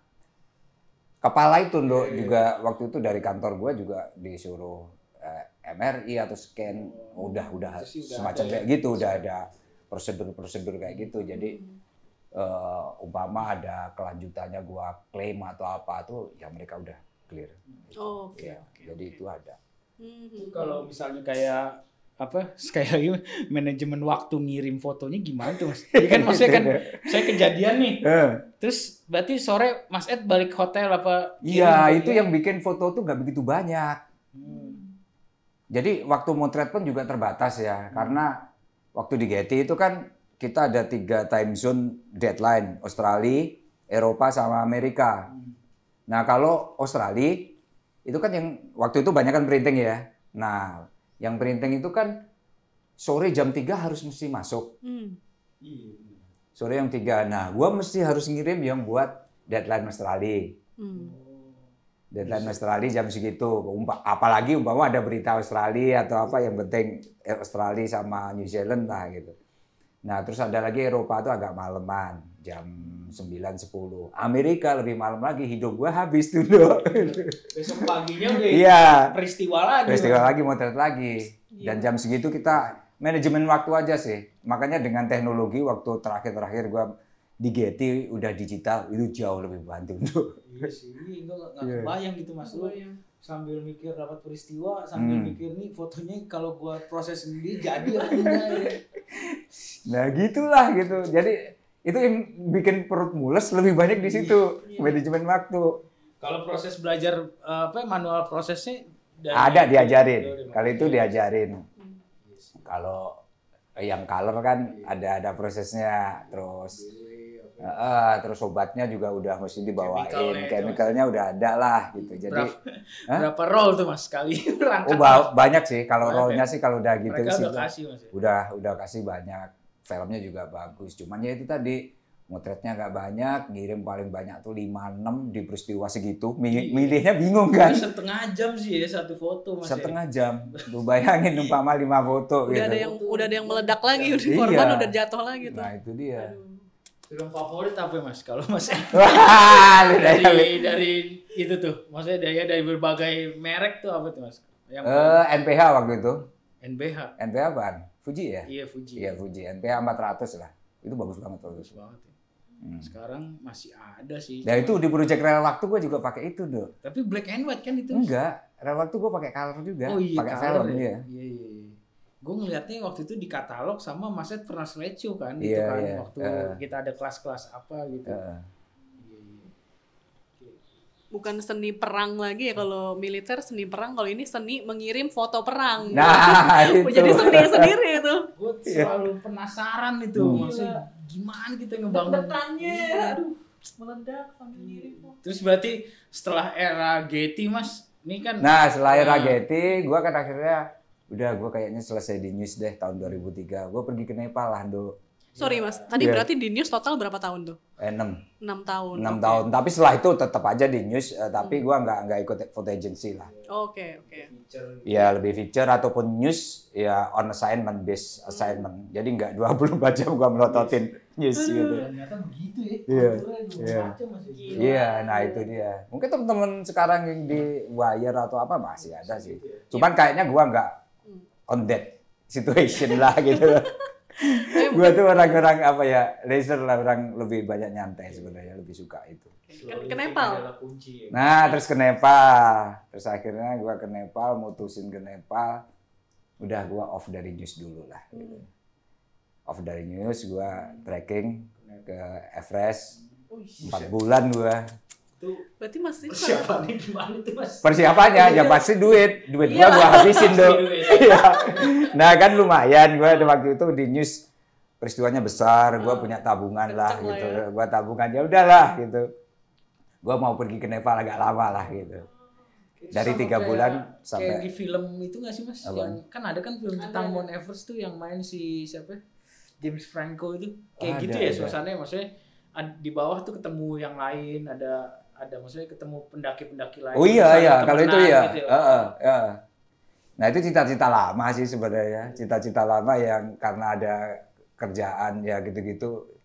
Speaker 2: kepala itu Ndo, juga waktu itu dari kantor gue juga disuruh eh, M R I atau scan, udah udah
Speaker 3: Itu sih udah
Speaker 2: semacam
Speaker 3: ada
Speaker 2: kayak
Speaker 3: ya.
Speaker 2: gitu, udah ada prosedur-prosedur kayak gitu. Jadi eh, umpama ada kelanjutannya gue klaim atau apa tuh, ya mereka udah clear.
Speaker 4: Oh, oke.
Speaker 2: Ya,
Speaker 4: oke,
Speaker 2: jadi
Speaker 4: oke.
Speaker 2: itu ada.
Speaker 4: Mhm.
Speaker 3: Kalau misalnya kayak apa sekali lagi manajemen waktu ngirim fotonya gimana tuh Mas? Jadi kan maksudnya kan saya kejadian nih.
Speaker 2: Eh.
Speaker 3: Terus berarti sore Mas Ed balik hotel apa?
Speaker 2: Iya,
Speaker 3: kirim
Speaker 2: itu
Speaker 3: fotonya?
Speaker 2: yang bikin foto tuh nggak begitu banyak.
Speaker 3: Hmm.
Speaker 2: Jadi waktu motret pun juga terbatas ya, karena waktu di Getty itu kan kita ada tiga time zone deadline, Australia, Eropa, sama Amerika. Nah kalau Australia itu kan yang waktu itu banyak kan printing ya. Nah yang printing itu kan sore jam tiga harus mesti masuk.
Speaker 4: Hmm.
Speaker 2: Sore jam tiga. Nah gua mesti harus ngirim yang buat deadline Australia.
Speaker 4: Hmm.
Speaker 2: Deadline Australia jam segitu. Umpa, apalagi umpama ada berita Australia atau apa, yang penting Australia sama New Zealand lah gitu. Nah terus ada lagi Eropa tuh agak maleman, jam sembilan sepuluh. Amerika lebih malam lagi, hidup gua habis tuh Dok.
Speaker 3: Besok paginya udah
Speaker 2: Iya,
Speaker 3: peristiwa lagi.
Speaker 2: festival
Speaker 3: Mas.
Speaker 2: lagi, motret lagi. Dan jam segitu kita manajemen waktu aja sih. Makanya dengan teknologi waktu terakhir-terakhir gua di Getty udah digital, itu jauh lebih bantu tuh.
Speaker 3: Iya sih, ini gue gak
Speaker 2: Iya.
Speaker 3: kebayang gitu Mas. Lu
Speaker 4: Kebayang.
Speaker 3: sambil mikir dapat peristiwa, sambil
Speaker 2: Hmm.
Speaker 3: mikir nih fotonya kalau gua proses sendiri jadi apa enggak ya.
Speaker 2: Nah gitulah gitu. Jadi itu yang bikin perut mules lebih banyak di situ,
Speaker 4: Iya.
Speaker 2: manajemen waktu.
Speaker 3: Kalau proses belajar eh, apa manual prosesnya dari
Speaker 2: Ada diajarin,
Speaker 3: dari-
Speaker 2: kali itu diajarin.
Speaker 3: Iya sih.
Speaker 2: Kalau yang color kan ada ada prosesnya, terus eh, terus obatnya juga udah mesti dibawain,
Speaker 3: Chemical-nya itu,
Speaker 2: chemicalnya udah ada lah gitu. Jadi
Speaker 3: Berapa,
Speaker 2: Hah?
Speaker 3: berapa roll tuh Mas sekali berangkat?
Speaker 2: oh ba- banyak sih kalau
Speaker 3: Banyak
Speaker 2: rollnya
Speaker 3: ya?
Speaker 2: sih kalau udah gitu
Speaker 3: Mereka
Speaker 2: sih
Speaker 3: udah kasih Mas. ya?
Speaker 2: udah udah kasih banyak. Filmnya juga bagus. Cuman ya itu tadi motretnya nggak banyak, ngirim paling banyak tuh lima enam di peristiwa segitu. Mi-
Speaker 3: Iya.
Speaker 2: Milihnya bingung kan.
Speaker 3: Ini setengah jam sih ya satu foto Mas. ya?
Speaker 2: Setengah jam. Lu bayangin umpama lima foto
Speaker 4: Udah
Speaker 2: gitu.
Speaker 4: ada yang udah ada yang meledak lagi, udah
Speaker 2: Iya.
Speaker 4: korban udah jatuh lagi tuh.
Speaker 2: Nah, itu dia.
Speaker 4: Aduh.
Speaker 3: Film favorit apa ya, Mas? Kalau Mas
Speaker 2: Wah, lu
Speaker 3: dari
Speaker 2: dari
Speaker 3: dari itu tuh, maksudnya dari dari berbagai merek tuh apa tuh Mas? Yang
Speaker 2: eh N P H waktu itu.
Speaker 3: N B H.
Speaker 2: N P H apaan? Fuji ya?
Speaker 3: Iya Fuji.
Speaker 2: Iya, Fuji. N P H empat ratus lah. Itu bagus banget waktu
Speaker 3: Bagus
Speaker 2: itu.
Speaker 3: banget ya.
Speaker 2: Hmm.
Speaker 3: Sekarang masih ada sih.
Speaker 2: Nah, itu di Project Rel Waktu gua juga pakai itu, Dok.
Speaker 3: Tapi black and white kan itu? Mas?
Speaker 2: Enggak, Rel Waktu gua pakai color juga,
Speaker 3: Oh iya,
Speaker 2: pakai
Speaker 3: color
Speaker 2: film
Speaker 3: ya?
Speaker 2: iya.
Speaker 3: Iya iya. iya. Gue ngelihatnya waktu itu di katalog sama Mas Ed pernah slideshow kan, gitu
Speaker 2: Iya,
Speaker 3: kan,
Speaker 2: iya.
Speaker 3: waktu
Speaker 2: Eh.
Speaker 3: kita ada kelas-kelas apa gitu.
Speaker 2: Heeh.
Speaker 3: Iya iya.
Speaker 4: Bukan seni perang lagi ya, kalau militer seni perang, kalau ini seni mengirim foto perang.
Speaker 2: Nah,
Speaker 4: Oh,
Speaker 2: itu.
Speaker 4: jadi seni sendiri itu.
Speaker 3: Gue selalu penasaran itu,
Speaker 2: Hmm.
Speaker 3: maksudnya gimana kita ngebangun.
Speaker 4: Deg-degannya,
Speaker 3: Iya.
Speaker 4: aduh, meledak sambil ngirim foto.
Speaker 3: Terus berarti setelah era Getty Mas, ini kan
Speaker 2: Nah, setelah era
Speaker 3: Nah.
Speaker 2: Getty, gua kan akhirnya udah gua kayaknya selesai di news deh tahun dua ribu tiga. Gua pergi ke Nepal lah, Do.
Speaker 4: Sorry Mas, tadi
Speaker 2: Iya.
Speaker 4: berarti di news total berapa tahun tuh?
Speaker 2: Eh, enam.
Speaker 4: enam tahun.
Speaker 2: enam
Speaker 4: Oke.
Speaker 2: tahun. Tapi setelah itu tetap aja di news, eh, tapi gua nggak nggak ikut foto agency lah.
Speaker 4: Oke, oke.
Speaker 3: feature
Speaker 2: Ya lebih feature ataupun news ya on assignment based assignment. Jadi nggak dua puluh empat jam gua melototin news gitu.
Speaker 3: ternyata begitu ya.
Speaker 2: Iya,
Speaker 3: Kulturnya juga
Speaker 2: iya.
Speaker 3: macam Mas. ya.
Speaker 4: Gila.
Speaker 2: Iya, nah itu dia. Mungkin teman-teman sekarang yang di Wire atau apa masih ada sih. Cuman kayaknya gua nggak on that situation lah gitu. Gua tuh orang-orang apa ya, laser lah, orang lebih banyak nyantai sebenarnya, lebih suka itu.
Speaker 3: Slow
Speaker 4: Ke
Speaker 3: living
Speaker 4: Nepal?
Speaker 3: adalah kunci ya.
Speaker 2: Nah, terus ke Nepal. Terus akhirnya gua ke Nepal, mutusin ke Nepal. Udah gua off dari news dulu lah. Gitu. Off dari news, gua trekking ke Everest. Empat bulan gua.
Speaker 3: Itu
Speaker 4: Berarti Mas ini
Speaker 3: persiapannya gimana tuh Mas?
Speaker 2: Persiapannya ya pasti duit. Duit gua
Speaker 4: Iya.
Speaker 2: gua habisin dong.
Speaker 3: duit.
Speaker 2: Iya. Nah kan lumayan gua ada waktu itu di news peristiwanya besar, gua punya tabungan lah
Speaker 4: Kenceng lah
Speaker 2: gitu.
Speaker 4: ya.
Speaker 2: Gua tabungan ya udahlah gitu. Gua mau pergi ke Nepal agak lama lah gitu.
Speaker 3: Itu
Speaker 2: Dari
Speaker 3: sama
Speaker 2: tiga
Speaker 3: kayak-
Speaker 2: bulan
Speaker 3: kayak
Speaker 2: sampai-
Speaker 3: di film itu nggak sih Mas?
Speaker 2: Apaan?
Speaker 3: Yang kan ada kan film tentang Mount Everest tuh yang main si siapa? James Franco itu kayak
Speaker 2: Ada,
Speaker 3: gitu ya
Speaker 2: ada.
Speaker 3: suasananya, maksudnya ad- di bawah tuh ketemu yang lain, ada ada maksudnya ketemu pendaki-pendaki lain.
Speaker 2: Oh iya
Speaker 3: saling
Speaker 2: iya, kalau itu
Speaker 3: temenan
Speaker 2: ya.
Speaker 3: gitu ya.
Speaker 2: Heeh, ya. Nah itu cita-cita lama sih sebenarnya, cita-cita lama yang karena ada kerjaan ya gitu-gitu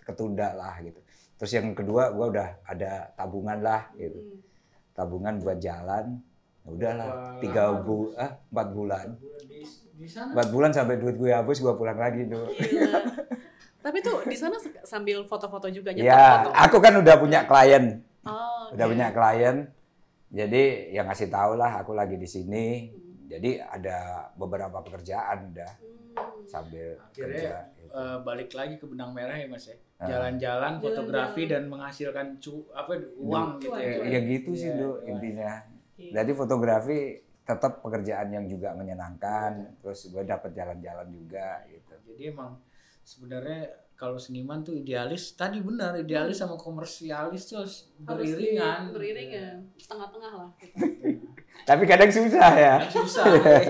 Speaker 2: ketunda lah gitu. Terus yang kedua gue udah ada tabungan lah gitu.
Speaker 4: Hmm.
Speaker 2: Tabungan buat jalan. Ya udahlah
Speaker 3: Berapa
Speaker 2: tiga
Speaker 3: lama
Speaker 2: bu
Speaker 3: tuh?
Speaker 2: ah empat bulan.
Speaker 3: Di, di sana.
Speaker 2: Empat bulan sampai duit gue habis gue pulang lagi tuh.
Speaker 4: Gila. Tapi tuh di sana se- sambil foto-foto juga nyetok
Speaker 2: Ya,
Speaker 4: foto.
Speaker 2: aku kan udah punya klien.
Speaker 4: Oh,
Speaker 2: Udah
Speaker 4: oke.
Speaker 2: punya klien. Jadi yang ngasih tahu lah aku lagi di sini. Jadi ada beberapa pekerjaan udah
Speaker 4: Hmm.
Speaker 2: sambil
Speaker 3: Akhirnya
Speaker 2: kerja. gitu.
Speaker 3: eh, balik lagi ke benang merah ya Mas ya.
Speaker 2: Ah.
Speaker 3: Jalan-jalan, fotografi
Speaker 4: Jalan-jalan.
Speaker 3: dan menghasilkan cu apa uang gitu ya.
Speaker 2: Ya gitu sih
Speaker 3: Iya,
Speaker 2: Dok,
Speaker 3: iya.
Speaker 2: intinya.
Speaker 4: Iya.
Speaker 2: Jadi fotografi tetap pekerjaan yang juga menyenangkan. Terus gue dapat jalan-jalan juga gitu.
Speaker 3: Jadi emang sebenarnya kalau seniman tuh idealis, tadi benar idealis sama komersialis tuh harus
Speaker 4: Harus di-
Speaker 3: beriringan.
Speaker 4: beriringan, setengah-tengah lah.
Speaker 2: Tapi kadang susah ya.
Speaker 3: Susah.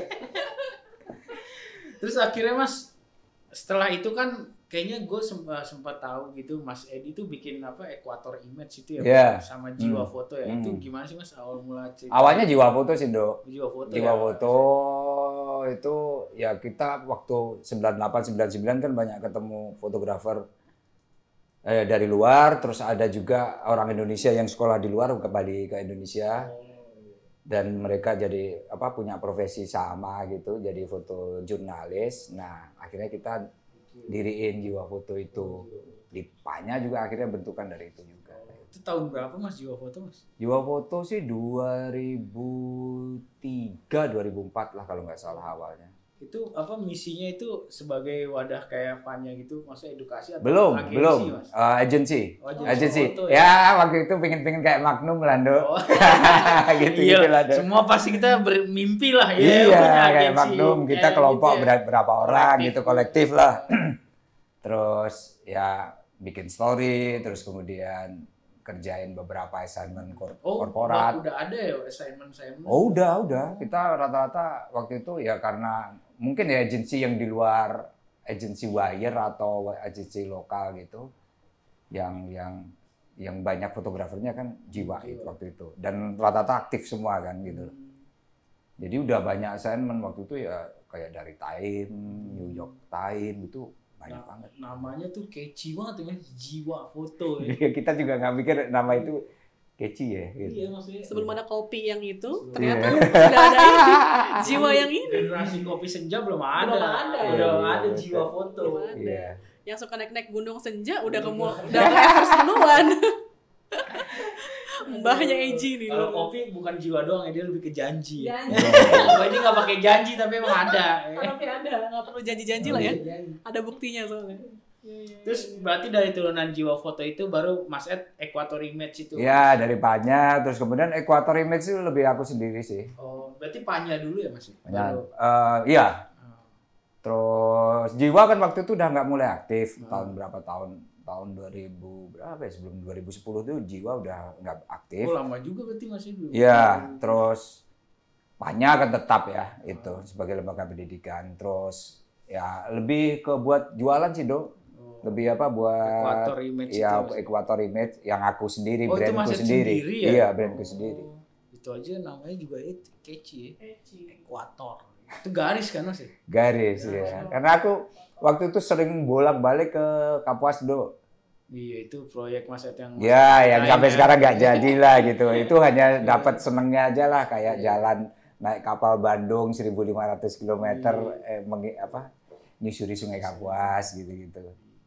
Speaker 3: Terus akhirnya Mas setelah itu kan kayaknya gue sempat sempat tahu gitu Mas Edi tuh bikin apa Equator Image itu ya
Speaker 2: Iya.
Speaker 3: Mas, sama Jiwa
Speaker 2: Hmm.
Speaker 3: Foto ya.
Speaker 2: Hmm.
Speaker 3: Itu gimana sih Mas awal mula cerita?
Speaker 2: Awalnya Jiwa Foto sih Dok.
Speaker 3: Jiwa Foto.
Speaker 2: Jiwa
Speaker 3: ya?
Speaker 2: Foto itu ya kita waktu sembilan puluh delapan sembilan puluh sembilan kan banyak ketemu fotografer eh, dari luar, terus ada juga orang Indonesia yang sekolah di luar kembali ke Indonesia dan mereka jadi apa punya profesi sama gitu, jadi foto jurnalis. Nah, akhirnya kita diriin Jiwa Foto itu. Dipanya juga akhirnya bentukan dari itu juga.
Speaker 3: Itu tahun berapa Mas Jiwa Foto Mas?
Speaker 2: Jiwa Foto sih dua ribu tiga dua ribu empat lah kalau nggak salah awalnya.
Speaker 3: Itu apa misinya itu sebagai wadah kayak Panya gitu, maksudnya edukasi atau
Speaker 2: Belum,
Speaker 3: agensi,
Speaker 2: belum.
Speaker 3: Mas?
Speaker 2: Uh, agency.
Speaker 3: Oh, agensi
Speaker 2: agency.
Speaker 3: foto
Speaker 2: ya.
Speaker 3: ya?
Speaker 2: waktu itu pengen-pengen kayak Magnum lah, Dok.
Speaker 3: Oh.
Speaker 2: gitu
Speaker 3: Iya,
Speaker 2: gitu lah, Dok.
Speaker 3: semua pasti kita bermimpi lah ya.
Speaker 2: Iya,
Speaker 3: punya
Speaker 2: kayak
Speaker 3: agensi,
Speaker 2: Magnum. Kita
Speaker 3: kayak
Speaker 2: kelompok
Speaker 3: gitu ya.
Speaker 2: ber- berapa orang
Speaker 3: Kolektif.
Speaker 2: gitu, kolektif lah. Terus ya bikin story, terus kemudian kerjain beberapa assignment kor-
Speaker 3: Oh,
Speaker 2: korporat.
Speaker 3: udah ada ya assignment-assignment?
Speaker 2: Oh udah, udah. Kita rata-rata waktu itu ya karena mungkin ya agensi yang di luar agensi wire atau agensi lokal gitu, yang yang yang banyak fotografernya kan Jiwa itu waktu itu, dan rata-rata aktif semua kan gitu. Jadi udah banyak assignment waktu itu ya kayak dari Time, New York Time itu banyak
Speaker 3: Nah,
Speaker 2: banget.
Speaker 3: namanya tuh catchy banget ya, Mas. Jiwa Foto ya.
Speaker 2: Kita juga nggak mikir nama itu catchy ya. Gitu.
Speaker 3: Iya maksudnya.
Speaker 4: Sebelum ada kopi yang itu,
Speaker 3: Sebelum-
Speaker 4: ternyata
Speaker 2: Iya.
Speaker 4: sudah ada ini, jiwa yang ini.
Speaker 3: Generasi kopi senja belum ada.
Speaker 4: Belum ada.
Speaker 3: Udah
Speaker 2: Iya,
Speaker 3: ada
Speaker 2: iya,
Speaker 3: Jiwa
Speaker 2: betul.
Speaker 3: Foto.
Speaker 4: Belum ada.
Speaker 2: Iya.
Speaker 4: Yang suka naik-naik gunung senja udah ke udah ke Everest duluan. Mbahnya Eji nih.
Speaker 3: Kalau kopi bukan jiwa doang ya, dia lebih ke janji. Ya.
Speaker 4: Janji.
Speaker 3: Kalau ini nggak pakai janji tapi emang ada. ya.
Speaker 4: Tapi ada, nggak perlu janji-janji lah ya.
Speaker 3: Janji.
Speaker 4: Ada buktinya soalnya.
Speaker 3: Terus berarti dari turunan Jiwa Foto itu baru Mas Ed Equator Image itu.
Speaker 2: Ya dari Panya, terus kemudian Equator Image itu lebih aku sendiri sih.
Speaker 3: Oh, berarti Panya dulu ya Mas?
Speaker 2: Ya,
Speaker 3: Baru.
Speaker 2: eh, iya.
Speaker 3: Oh.
Speaker 2: Terus Jiwa kan waktu itu udah nggak mulai aktif.
Speaker 3: Hmm.
Speaker 2: Tahun berapa tahun? Tahun dua ribu berapa ya? Sebelum dua ribu sepuluh tuh Jiwa udah nggak aktif.
Speaker 3: Oh, lama juga berarti masih dulu.
Speaker 2: Iya, terus Panya kan tetap ya itu sebagai lembaga pendidikan. Terus ya lebih ke buat jualan sih, Dok.
Speaker 3: Oh.
Speaker 2: Lebih apa buat
Speaker 3: Equator Image
Speaker 2: ya
Speaker 3: itu, Mas.
Speaker 2: Equator Image yang aku sendiri,
Speaker 3: Oh, itu
Speaker 2: brandku
Speaker 3: Mas Ed
Speaker 2: sendiri.
Speaker 3: sendiri ya?
Speaker 2: Iya, brandku
Speaker 3: Oh,
Speaker 2: sendiri.
Speaker 3: Itu aja namanya juga itu catchy ya. Equator. Itu garis kan Mas? ya?
Speaker 2: Garis ya. Karena aku waktu itu sering bolak-balik ke Kapuas, Dok.
Speaker 3: Iya, itu proyek Mas Ed yang
Speaker 2: Ya, yang
Speaker 3: lain
Speaker 2: sampai
Speaker 3: ya.
Speaker 2: sekarang nggak jadi lah gitu. Itu hanya dapat senengnya aja lah, kayak jalan naik kapal Bandung seribu lima ratus kilometer eh, mengi- apa nyusuri Sungai Kapuas gitu-gitu.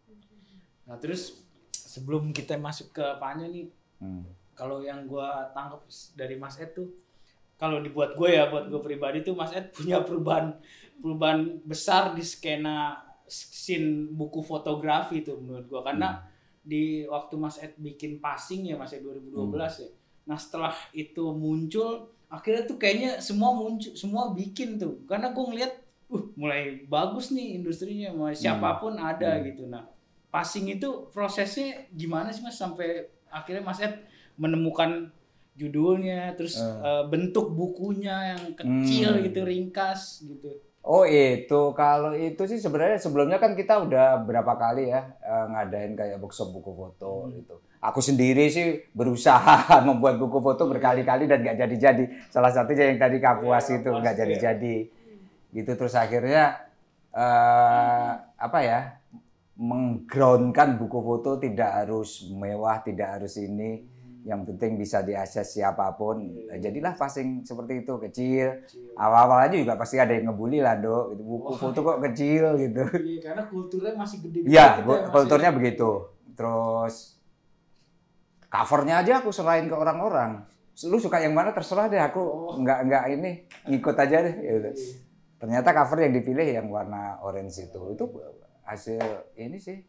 Speaker 3: Nah, terus sebelum kita masuk ke Panya nih,
Speaker 2: Hmm.
Speaker 3: kalau yang gua tangkap dari Mas Ed tuh, kalau dibuat gue ya, buat gue pribadi tuh Mas Ed punya perubahan perubahan besar di skena scene buku fotografi tuh menurut gua, karena di waktu Mas Ed bikin passing ya Mas Ed dua ribu dua belas ya. Nah, setelah itu muncul, akhirnya tuh kayaknya semua muncul, semua bikin tuh, karena gue ngeliat, uh mulai bagus nih industrinya, mau siapapun ada
Speaker 2: Hmm.
Speaker 3: gitu. Nah, passing itu prosesnya gimana sih Mas sampai akhirnya Mas Ed menemukan judulnya, terus
Speaker 2: Hmm.
Speaker 3: eh, bentuk bukunya yang kecil
Speaker 2: Hmm.
Speaker 3: gitu, ringkas gitu.
Speaker 2: Oh itu, kalau itu sih sebenarnya sebelumnya kan kita udah berapa kali ya eh, ngadain kayak workshop buku foto gitu. Aku sendiri sih berusaha membuat buku foto berkali-kali dan nggak jadi-jadi. Salah satunya yang tadi Kapuas
Speaker 3: Iya,
Speaker 2: itu
Speaker 3: Kapuas
Speaker 2: nggak
Speaker 3: itu ya.
Speaker 2: jadi-jadi. Gitu terus akhirnya eh, apa ya? menggroundkan buku foto tidak harus mewah, tidak harus ini, yang penting bisa diakses siapapun. Jadilah passing seperti itu, kecil. Awal-awal aja juga pasti ada yang ngebully lah, Dok. Itu buku foto kok kecil gitu.
Speaker 3: Iya, karena kulturnya masih gede.
Speaker 2: Iya, kulturnya begitu. Terus covernya aja aku serahin ke orang-orang. Lu suka yang mana terserah deh, aku nggak nggak ini ngikut aja deh. Gitu. Ternyata cover yang dipilih yang warna orange itu, itu hasil ini sih.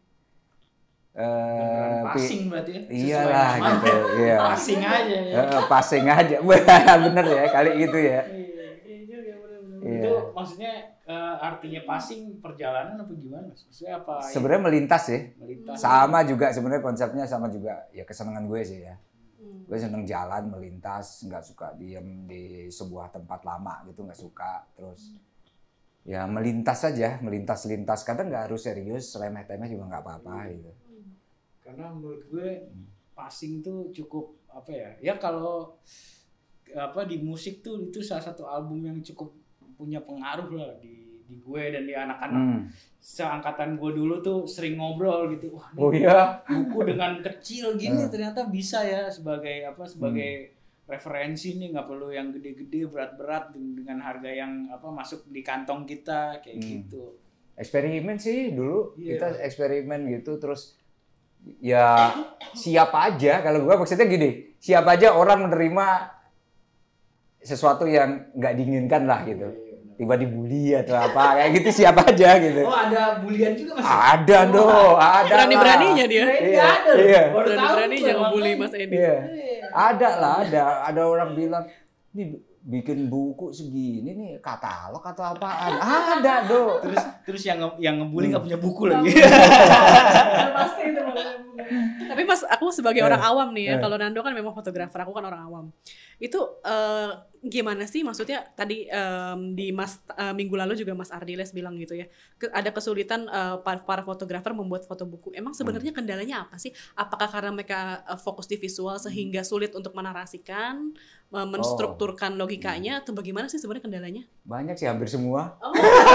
Speaker 3: Uh, passing berarti ya?
Speaker 2: Iyalah gitu, iya.
Speaker 3: Passing aja ya.
Speaker 2: Uh, passing aja, bener ya kali gitu ya.
Speaker 3: Iya. Itu maksudnya uh, artinya passing perjalanan apa gimana? Maksudnya apa?
Speaker 2: Sebenarnya melintas sih.
Speaker 3: Melintas.
Speaker 2: Sama juga sebenarnya konsepnya sama juga ya kesenangan gue sih ya. Hmm. Gue seneng jalan melintas, nggak suka diem di sebuah tempat lama gitu, nggak suka. Terus ya melintas saja, melintas-lintas. Kadang nggak harus serius, remeh-temeh juga nggak apa-apa gitu.
Speaker 3: Karena menurut gue passing tuh cukup apa ya? Ya kalau apa di musik tuh itu salah satu album yang cukup punya pengaruh lah di di gue dan di anak-anak hmm. seangkatan gue dulu tuh sering ngobrol gitu. Wah,
Speaker 2: oh iya.
Speaker 3: Buku dengan kecil gini hmm. ternyata bisa ya sebagai apa sebagai hmm. referensi nih, nggak perlu yang gede-gede berat-berat dengan harga yang apa masuk di kantong kita kayak hmm. gitu.
Speaker 2: Eksperimen sih dulu yeah. kita eksperimen gitu terus ya siap aja kalau gue maksudnya gini, siap aja orang menerima sesuatu yang nggak diinginkan lah gitu. Tiba dibully atau apa kayak gitu siap aja gitu.
Speaker 3: Oh ada bulian juga Mas?
Speaker 2: Ada oh, dong, ada.
Speaker 4: Berani-beraninya dia.
Speaker 2: Iya, ada. Iya.
Speaker 4: Berani-beraninya ngebully Mas Edi.
Speaker 2: Iya. Ada lah, ada. Ada orang bilang, ini bikin buku segini nih katalog atau apaan? Ada dong.
Speaker 3: Terus terus yang yang ngebully nggak hmm. punya buku lagi.
Speaker 4: Pasti itu. Tapi Mas, aku sebagai orang awam nih ya, kalau Nando kan memang fotografer, aku kan orang awam. Itu uh, gimana sih maksudnya tadi um, di Mas uh, minggu lalu juga Mas Ardiles bilang gitu ya, ke, ada kesulitan uh, para, para fotografer membuat foto buku. Emang sebenarnya kendalanya apa sih? Apakah karena mereka uh, fokus di visual sehingga sulit untuk menarasikan, uh, menstrukturkan logikanya, atau bagaimana sih sebenarnya kendalanya?
Speaker 2: Banyak sih, hampir semua. Oh.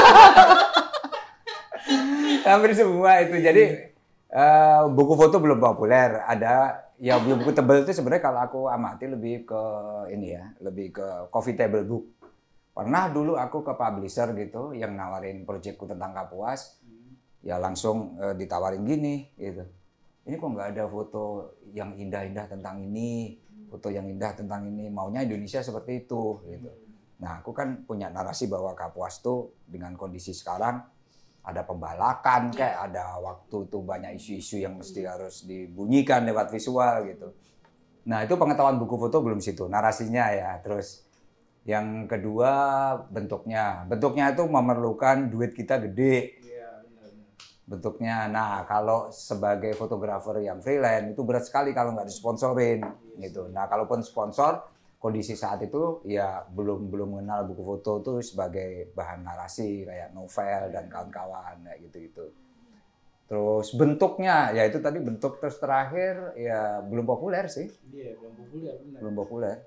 Speaker 2: Hampir semua itu. Jadi Uh, buku foto belum populer, ada ya buku tebel itu sebenarnya kalau aku amati lebih ke ini ya, lebih ke coffee table book. Pernah dulu aku ke publisher gitu yang nawarin proyekku tentang Kapuas, ya langsung uh, ditawarin gini gitu. Ini kok nggak ada foto yang indah-indah tentang ini, foto yang indah tentang ini, maunya Indonesia seperti itu gitu. Nah aku kan punya narasi bahwa Kapuas tuh dengan kondisi sekarang ada pembalakan, kayak ada waktu tuh banyak isu-isu yang mesti harus dibunyikan lewat visual gitu. Nah itu pengetahuan buku foto belum situ, narasinya ya. Terus yang kedua bentuknya, bentuknya itu memerlukan duit kita gede. Bentuknya, nah kalau sebagai fotografer yang freelance itu berat sekali kalau nggak disponsorin gitu. Nah kalaupun sponsor, kondisi saat itu ya belum belum mengenal buku foto itu sebagai bahan narasi kayak novel dan kawan-kawan kayak gitu-gitu. Terus bentuknya ya itu tadi bentuk, terus terakhir ya belum populer sih.
Speaker 3: Iya, belum populer benar.
Speaker 2: Belum populer.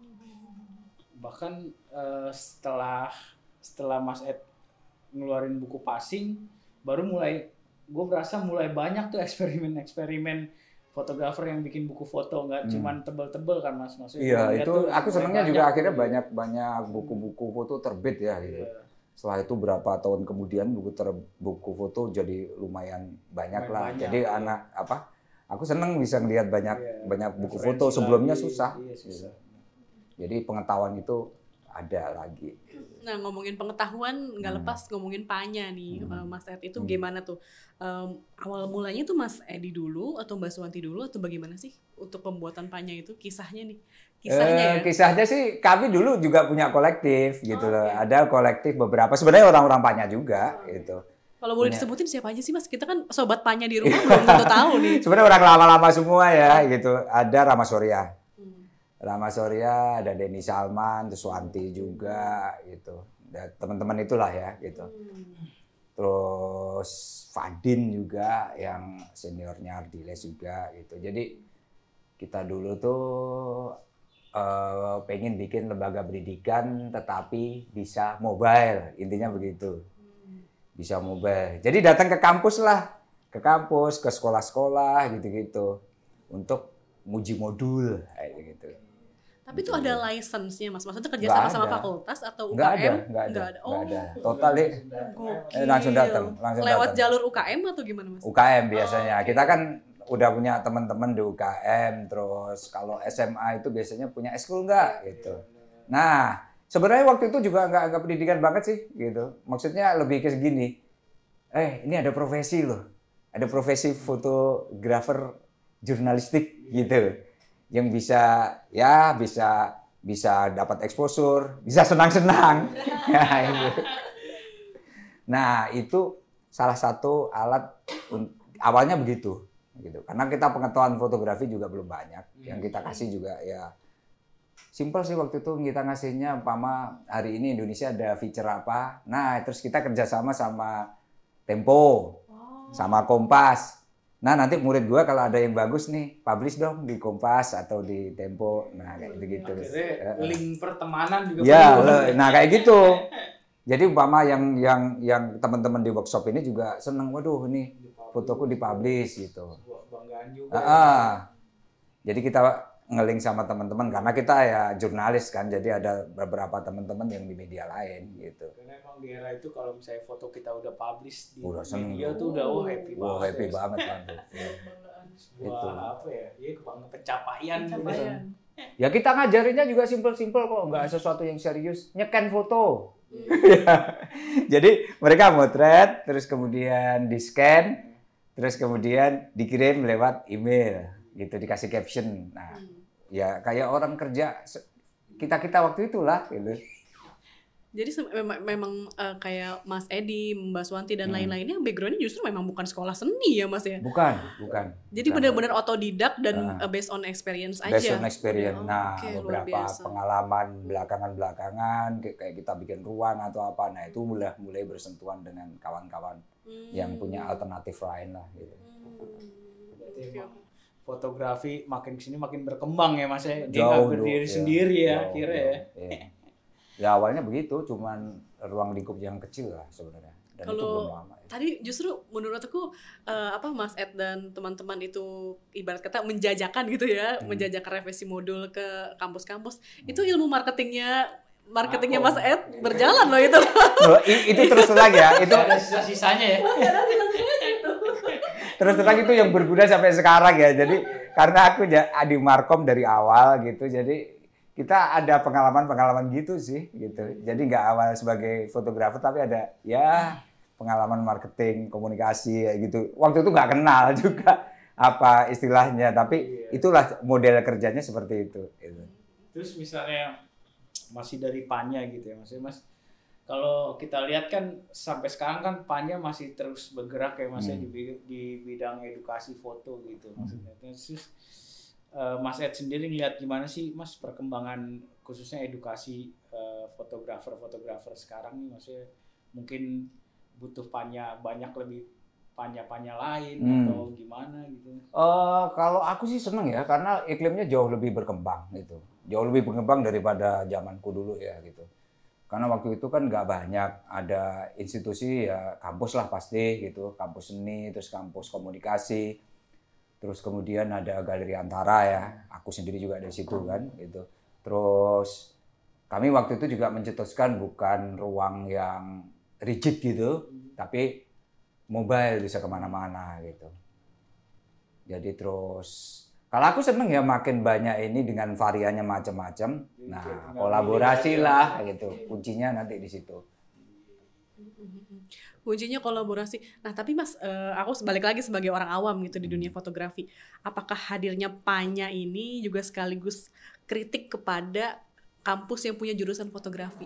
Speaker 3: Bahkan uh, setelah setelah Mas Ed ngeluarin buku passing baru mulai gue berasa mulai banyak tuh eksperimen-eksperimen fotografer yang bikin buku foto, nggak hmm. cuman tebel-tebel kan Mas, maksudnya.
Speaker 2: Iya, itu aku senangnya juga akhirnya banyak-banyak buku-buku foto terbit ya gitu. Iya. Setelah itu berapa tahun kemudian buku ter, buku foto jadi lumayan banyak lumayan lah. Banyak, jadi ya. anak apa? Aku senang bisa ngelihat banyak iya. banyak buku referensi foto, sebelumnya lagi. susah. Iya, susah. Jadi pengetahuan itu ada lagi.
Speaker 4: Nah ngomongin pengetahuan nggak hmm. lepas ngomongin Panya nih hmm. Mas Ed itu hmm. gimana tuh um, awal mulanya tuh Mas Edi dulu atau Mbak Suwanti dulu atau bagaimana sih untuk pembuatan Panya itu kisahnya nih kisahnya
Speaker 2: eh,
Speaker 4: ya?
Speaker 2: Kisahnya sih kami dulu juga punya kolektif gitu oh, loh okay. Ada kolektif beberapa sebenarnya orang-orang Panya juga oh, gitu.
Speaker 4: Kalau boleh disebutin siapa aja sih Mas? Kita kan sobat Panya di rumah belum tentu tahu nih.
Speaker 2: Sebenarnya orang lama-lama semua ya gitu. Ada Rama Surya. Rama Surya, ada Denny Salman, terus Suwanti juga gitu. Dan teman-teman itulah ya gitu. Hmm. Terus Fadin juga yang seniornya Ardiles juga gitu. Jadi kita dulu tuh uh, pengen bikin lembaga pendidikan tetapi bisa mobile, intinya begitu. Bisa mobile. Jadi datang ke kampus lah. ke kampus, ke sekolah-sekolah gitu-gitu untuk nguji modul kayak gitu.
Speaker 4: Tapi itu ada license-nya Mas. Maksudnya kerja
Speaker 2: Nggak
Speaker 4: sama sama
Speaker 2: ada.
Speaker 4: fakultas atau U K M?
Speaker 2: Nggak ada, nggak ada,
Speaker 4: Nggak ada.
Speaker 2: nggak
Speaker 4: Oh,
Speaker 2: ada. Total deh.
Speaker 4: gokil.
Speaker 2: Eh, langsung datang, langsung
Speaker 4: Lewat
Speaker 2: datang.
Speaker 4: jalur U K M atau gimana Mas?
Speaker 2: U K M biasanya.
Speaker 4: Oh, okay.
Speaker 2: Kita kan udah punya teman-teman di U K M, terus kalau S M A itu biasanya punya ekskul nggak gitu. Nah, sebenarnya waktu itu juga nggak nggak pendidikan banget sih gitu. Maksudnya lebih ke segini. Eh, ini ada profesi loh. Ada profesi fotografer jurnalistik gitu. Yang bisa ya bisa bisa dapat exposure, bisa senang-senang. Nah, itu. Nah, itu salah satu alat awalnya begitu gitu. Karena kita pengetahuan fotografi juga belum banyak. Yang kita kasih juga ya simpel sih waktu itu kita ngasihnya umpama hari ini Indonesia ada feature apa. Nah, terus kita kerjasama sama Tempo, sama Kompas. Nah, nanti murid gua kalau ada yang bagus nih, publish dong di Kompas atau di Tempo. Nah, kayak gitu-gitu.
Speaker 3: Akhirnya link pertemanan juga
Speaker 2: ya,
Speaker 3: perlu.
Speaker 2: le, nah kayak gitu. Jadi umpama yang yang yang teman-teman di workshop ini juga seneng, waduh ini fotoku dipublish gitu.
Speaker 3: Sebuah kebanggaan juga.
Speaker 2: Ah, ah. Jadi kita nge-link sama teman-teman karena kita ya jurnalis kan, jadi ada beberapa teman-teman yang di media lain gitu.
Speaker 3: Karena emang di era itu kalau misalnya foto kita udah publish di
Speaker 2: Udah seneng.
Speaker 3: media tuh udah oh happy
Speaker 2: Wah,
Speaker 3: banget.
Speaker 2: happy
Speaker 3: ya.
Speaker 2: banget kan.
Speaker 3: Sebuah
Speaker 2: Itu.
Speaker 3: apa ya? Iya kebanggaan pencapaian. gitu.
Speaker 4: Pencapaian.
Speaker 2: Ya kita ngajarinnya juga simpel-simpel kok, nggak sesuatu yang serius. Nyeken foto. Jadi mereka motret, terus kemudian di-scan, terus kemudian dikirim lewat email, gitu dikasih caption. Nah, ya kayak orang kerja kita-kita waktu itulah gitu.
Speaker 4: Jadi se- memang, memang eh, kayak Mas Edi, Mbak Swanti dan lain-lainnya backgroundnya justru memang bukan sekolah seni ya Mas ya.
Speaker 2: Bukan, bukan.
Speaker 4: Jadi
Speaker 2: bukan.
Speaker 4: benar-benar otodidak dan
Speaker 2: Ah.
Speaker 4: eh, based on experience aja.
Speaker 2: Based on experience.
Speaker 4: Oh,
Speaker 2: Nah,
Speaker 4: oke, luar
Speaker 2: beberapa
Speaker 4: biasa.
Speaker 2: pengalaman belakangan-belakangan kayak kayak kita bikin ruang atau apa. Nah, itu mulai mulai bersentuhan dengan kawan-kawan
Speaker 4: Hmm.
Speaker 2: yang punya alternatif lain lah gitu.
Speaker 3: Berarti emang fotografi makin kesini makin berkembang ya Mas ya. Dia
Speaker 2: Jauh,
Speaker 3: nggak berdiri
Speaker 2: Dok.
Speaker 3: sendiri
Speaker 2: Iya,
Speaker 3: ya
Speaker 2: jauh,
Speaker 3: akhirnya
Speaker 2: jauh.
Speaker 3: ya.
Speaker 2: Iya. Ya awalnya begitu, cuman ruang lingkup yang kecil lah sebenarnya. Dan itu belum
Speaker 4: Kalau
Speaker 2: lama. Ya.
Speaker 4: tadi justru menurut aku eh, apa Mas Ed dan teman-teman itu ibarat kata menjajakan gitu ya,
Speaker 2: Hmm.
Speaker 4: menjajakan revisi modul ke kampus-kampus. Itu ilmu marketingnya marketingnya Mas
Speaker 3: Makom.
Speaker 4: Ed berjalan loh itu.
Speaker 2: Loh, i- itu terus terang ya, itu
Speaker 3: Ada sisa-sisanya ya.
Speaker 2: terus terang itu yang berguna sampai sekarang ya. Jadi karena aku ja- di Markom dari awal gitu, jadi kita ada pengalaman-pengalaman gitu sih gitu. Jadi nggak awal sebagai fotografer tapi ada ya pengalaman marketing, komunikasi kayak gitu. Waktu itu nggak kenal juga apa istilahnya, tapi itulah model kerjanya seperti itu. Gitu.
Speaker 3: Terus misalnya masih dari Panya gitu ya maksudnya Mas. Kalau kita lihat kan sampai sekarang kan Panya masih terus bergerak ya Mas ya,
Speaker 2: Hmm.
Speaker 3: di, bi- di bidang edukasi foto gitu maksudnya. Terus eh, Mas Ed sendiri lihat gimana sih Mas perkembangan khususnya edukasi eh, fotografer-fotografer sekarang nih maksudnya mungkin butuh Panya banyak lebih Panya-Panya lain
Speaker 2: Hmm.
Speaker 3: atau gimana gitu.
Speaker 2: Eh, kalau aku sih seneng ya karena iklimnya jauh lebih berkembang gitu, jauh lebih berkembang daripada zamanku dulu ya gitu. Karena waktu itu kan nggak banyak ada institusi ya kampus lah pasti gitu, kampus seni, terus kampus komunikasi, terus kemudian ada galeri Antara ya, aku sendiri juga ada di situ kan gitu. Terus kami waktu itu juga mencetuskan bukan ruang yang rigid gitu, tapi mobile bisa kemana-mana gitu. Jadi terus kalau aku seneng ya makin banyak ini dengan variannya macam-macam. Nah, kolaborasi lah gitu. Kuncinya nanti di situ.
Speaker 4: Kuncinya kolaborasi. Nah, tapi Mas, eh, aku balik lagi sebagai orang awam gitu di dunia fotografi. Apakah hadirnya Panya ini juga sekaligus kritik kepada kampus yang punya jurusan fotografi?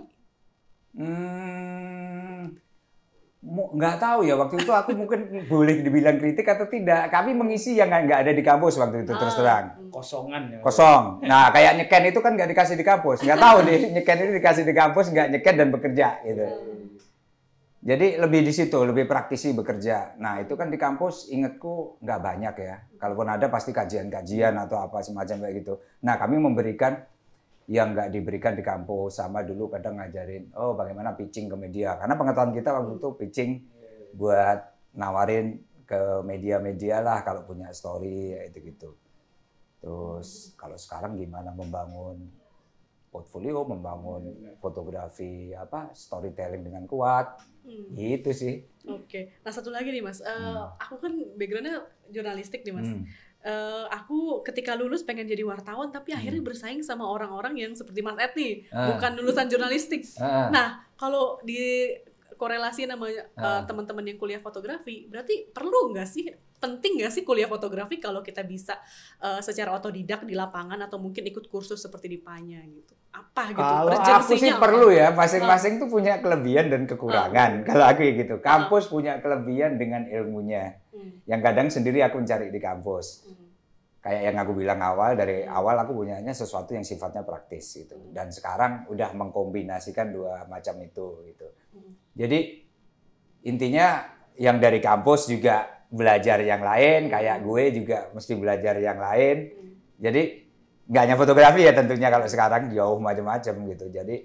Speaker 2: Hmm, mu- nggak tahu ya waktu itu aku mungkin boleh dibilang kritik atau tidak. Kami mengisi yang nggak nggak ada di kampus waktu itu terus terang.
Speaker 3: Kosongan ya.
Speaker 2: Kosong. Nah, kayak nyeken itu kan nggak dikasih di kampus. Nggak tahu nih nyeken itu dikasih di kampus nggak nyeken dan bekerja gitu. Jadi lebih di situ, lebih praktisi bekerja. Nah itu kan di kampus ingatku nggak banyak ya. Kalaupun ada pasti kajian-kajian atau apa semacam kayak gitu. Nah kami memberikan yang nggak diberikan di kampus. Sama dulu kadang ngajarin, oh bagaimana pitching ke media. Karena pengetahuan kita waktu itu pitching buat nawarin ke media-media lah kalau punya story ya itu gitu. Terus kalau sekarang gimana membangun portfolio, membangun fotografi apa storytelling dengan kuat, hmm. gitu sih.
Speaker 4: Oke, nah satu lagi nih Mas, uh, hmm. aku kan backgroundnya jurnalistik nih Mas. Hmm. Uh, aku ketika lulus pengen jadi wartawan tapi hmm. akhirnya bersaing sama orang-orang yang seperti Mas Ed nih, uh. bukan lulusan jurnalistik. Uh. Nah, kalau di korelasi nama uh. uh, teman-teman yang kuliah fotografi, berarti perlu nggak sih, penting nggak sih kuliah fotografi kalau kita bisa uh, secara otodidak di lapangan atau mungkin ikut kursus seperti di Panya gitu? Apa gitu?
Speaker 2: Kalau aku sih apa? Perlu ya, masing-masing uh. tuh punya kelebihan dan kekurangan. Uh. Kalau aku gitu, kampus uh. punya kelebihan dengan ilmunya, hmm. yang kadang sendiri aku mencari di kampus. Hmm. Kayak yang aku bilang awal, dari awal aku punyanya sesuatu yang sifatnya praktis gitu. Dan sekarang udah mengkombinasikan dua macam itu gitu. Jadi intinya yang dari kampus juga belajar yang lain, kayak gue juga mesti belajar yang lain. Jadi nggak hanya fotografi ya tentunya kalau sekarang jauh macam-macam gitu. Jadi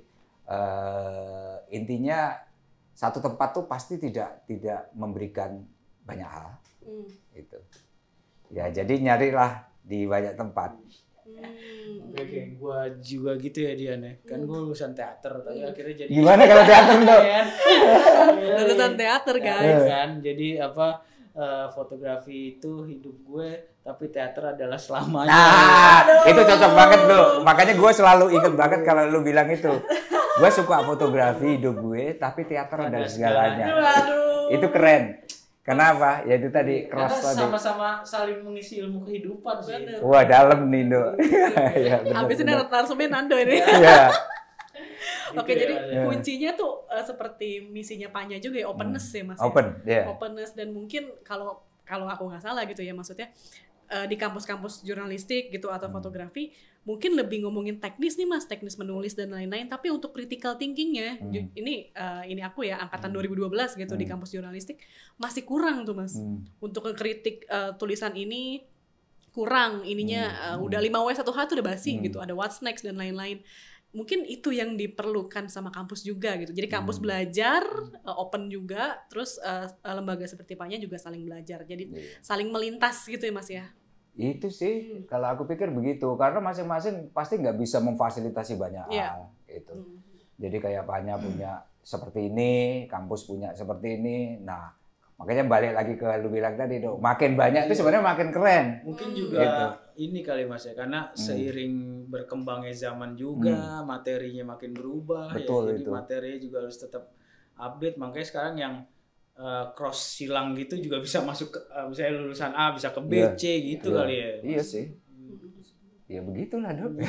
Speaker 2: uh, intinya satu tempat tuh pasti tidak tidak memberikan banyak hal. Gitu. Ya jadi nyarilah di banyak tempat.
Speaker 3: Hmm. Oke, okay, gue juga gitu ya Dian ya. Kan gue lulusan teater, tapi akhirnya jadi.
Speaker 2: Gimana kalau teater dong?
Speaker 4: Lulusan teater guys.
Speaker 3: Kan, jadi apa uh, fotografi itu hidup gue, tapi teater adalah selamanya.
Speaker 2: Nah, itu cocok banget loh. Makanya gue selalu ingat banget kalau lu bilang itu. Gue suka fotografi hidup gue, tapi teater adalah segalanya.
Speaker 4: Aduh.
Speaker 2: Itu keren. Kenapa? Ya itu tadi cross
Speaker 3: tadi.
Speaker 2: Karena
Speaker 3: sama-sama saling mengisi ilmu kehidupan sih.
Speaker 4: Bener.
Speaker 2: Wah dalam nih Ndo. Ya,
Speaker 4: abis ini narsumnya Nando ini.
Speaker 2: Iya.
Speaker 4: Oke, jadi ya. Kuncinya tuh uh, seperti misinya Panya juga ya, openness hmm. ya Mas.
Speaker 2: Open, ya. Yeah.
Speaker 4: Openness, dan mungkin kalau kalau aku nggak salah gitu ya, maksudnya uh, di kampus-kampus jurnalistik gitu atau hmm. fotografi mungkin lebih ngomongin teknis nih Mas, teknis menulis dan lain-lain, tapi untuk critical thinkingnya hmm. ini uh, ini aku ya angkatan hmm. dua ribu dua belas gitu hmm. di kampus jurnalistik masih kurang tuh Mas. Hmm. Untuk ngekritik uh, tulisan ini kurang, ininya hmm. uh, udah lima W satu H tuh udah basi hmm. gitu, ada what's next dan lain-lain. Mungkin itu yang diperlukan sama kampus juga gitu. Jadi kampus hmm. belajar, uh, open juga, terus uh, lembaga seperti Panya juga saling belajar. Jadi yeah. saling melintas gitu ya Mas ya.
Speaker 2: Itu sih, hmm. kalau aku pikir begitu. Karena masing-masing pasti nggak bisa memfasilitasi banyak yeah. hal. Gitu. Hmm. Jadi kayak Panya hmm. punya seperti ini, kampus punya seperti ini. Nah, makanya balik lagi ke lu bilang tadi, Dok. Makin banyak itu sebenarnya makin keren.
Speaker 3: Mungkin juga gitu. Ini kali Mas ya, karena hmm. seiring berkembangnya zaman juga, hmm. materinya makin berubah.
Speaker 2: Betul,
Speaker 3: ya. Jadi
Speaker 2: itu.
Speaker 3: materinya juga harus tetap update. Makanya sekarang yang Uh, cross silang gitu juga bisa masuk ke, uh, misalnya lulusan A bisa ke B, yeah. C gitu yeah. kali ya.
Speaker 2: Iya sih. Ya begitulah Dok.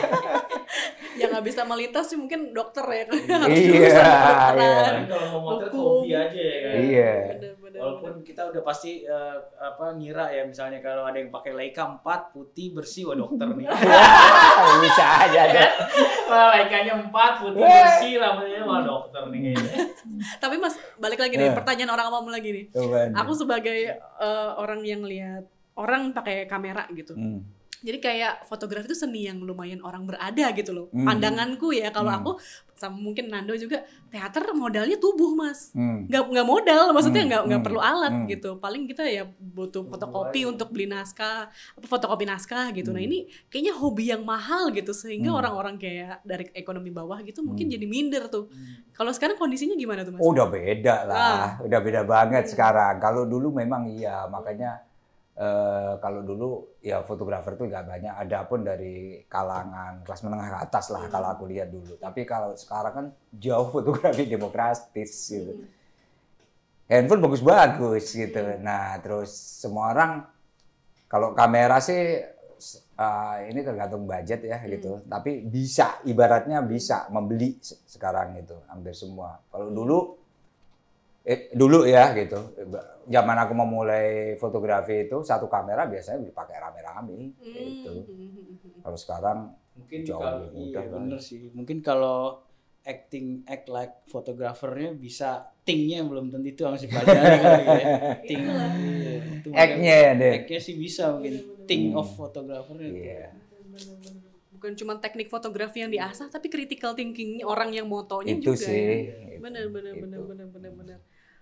Speaker 3: Ya
Speaker 4: nggak bisa melintas sih mungkin dokter ya kan.
Speaker 2: Iya.
Speaker 3: Kan kalau mau motret hobi aja ya kan.
Speaker 2: Iya.
Speaker 3: Walaupun kita udah pasti uh, apa ngira ya misalnya kalau ada yang pakai Leica empat putih bersih wah dokter nih.
Speaker 2: Bisa aja deh.
Speaker 3: Wah Leicanya empat putih bersih lah wah dokter nih kayaknya.
Speaker 4: Tapi Mas balik lagi nih pertanyaan orang awam lagi nih. Aku sebagai uh, orang yang lihat orang pakai kamera gitu. Hmm. Jadi kayak fotografi itu seni yang lumayan orang berada gitu loh. Hmm. Pandanganku ya kalau hmm. aku sama mungkin Nando juga teater modalnya tubuh Mas. Hmm. Nggak nggak modal maksudnya nggak hmm. nggak perlu alat hmm. gitu. Paling kita ya butuh fotokopi oh, untuk beli naskah, fotokopi naskah gitu. Hmm. Nah ini kayaknya hobi yang mahal gitu sehingga hmm. orang-orang kayak dari ekonomi bawah gitu mungkin hmm. jadi minder tuh. Hmm. Kalau sekarang kondisinya gimana tuh Mas?
Speaker 2: Oh, udah beda lah, ah. udah beda banget hmm. sekarang. Kalau dulu memang iya makanya. Uh, kalau dulu ya fotografer itu nggak banyak, ada pun dari kalangan kelas menengah ke atas lah hmm. kalau aku lihat dulu. Tapi kalau sekarang kan jauh fotografi demokratis gitu. Hmm. Handphone bagus-bagus gitu. Nah terus semua orang kalau kamera sih uh, ini tergantung budget ya hmm. gitu. Tapi bisa ibaratnya bisa membeli sekarang gitu hampir semua. Kalau dulu Eh, dulu ya gitu, zaman aku memulai fotografi itu satu kamera biasanya dipakai rame-rame hmm. gitu. Kalau sekarang
Speaker 3: mungkin
Speaker 2: jauh
Speaker 3: kalau,
Speaker 2: lebih mudah.
Speaker 3: Iya bener sih, mungkin kalau acting act like fotografernya bisa tingnya belum tentu itu masih pelajari kali ya. Ting,
Speaker 2: act-nya ya deh.
Speaker 3: Act-nya sih bisa mungkin ting hmm. of fotografernya.
Speaker 2: Yeah.
Speaker 4: Bukan cuma teknik fotografi yang diasah, tapi critical thinking orang yang motonya
Speaker 2: itu
Speaker 4: juga.
Speaker 2: Sih,
Speaker 4: ya. Bener bener bener bener bener bener.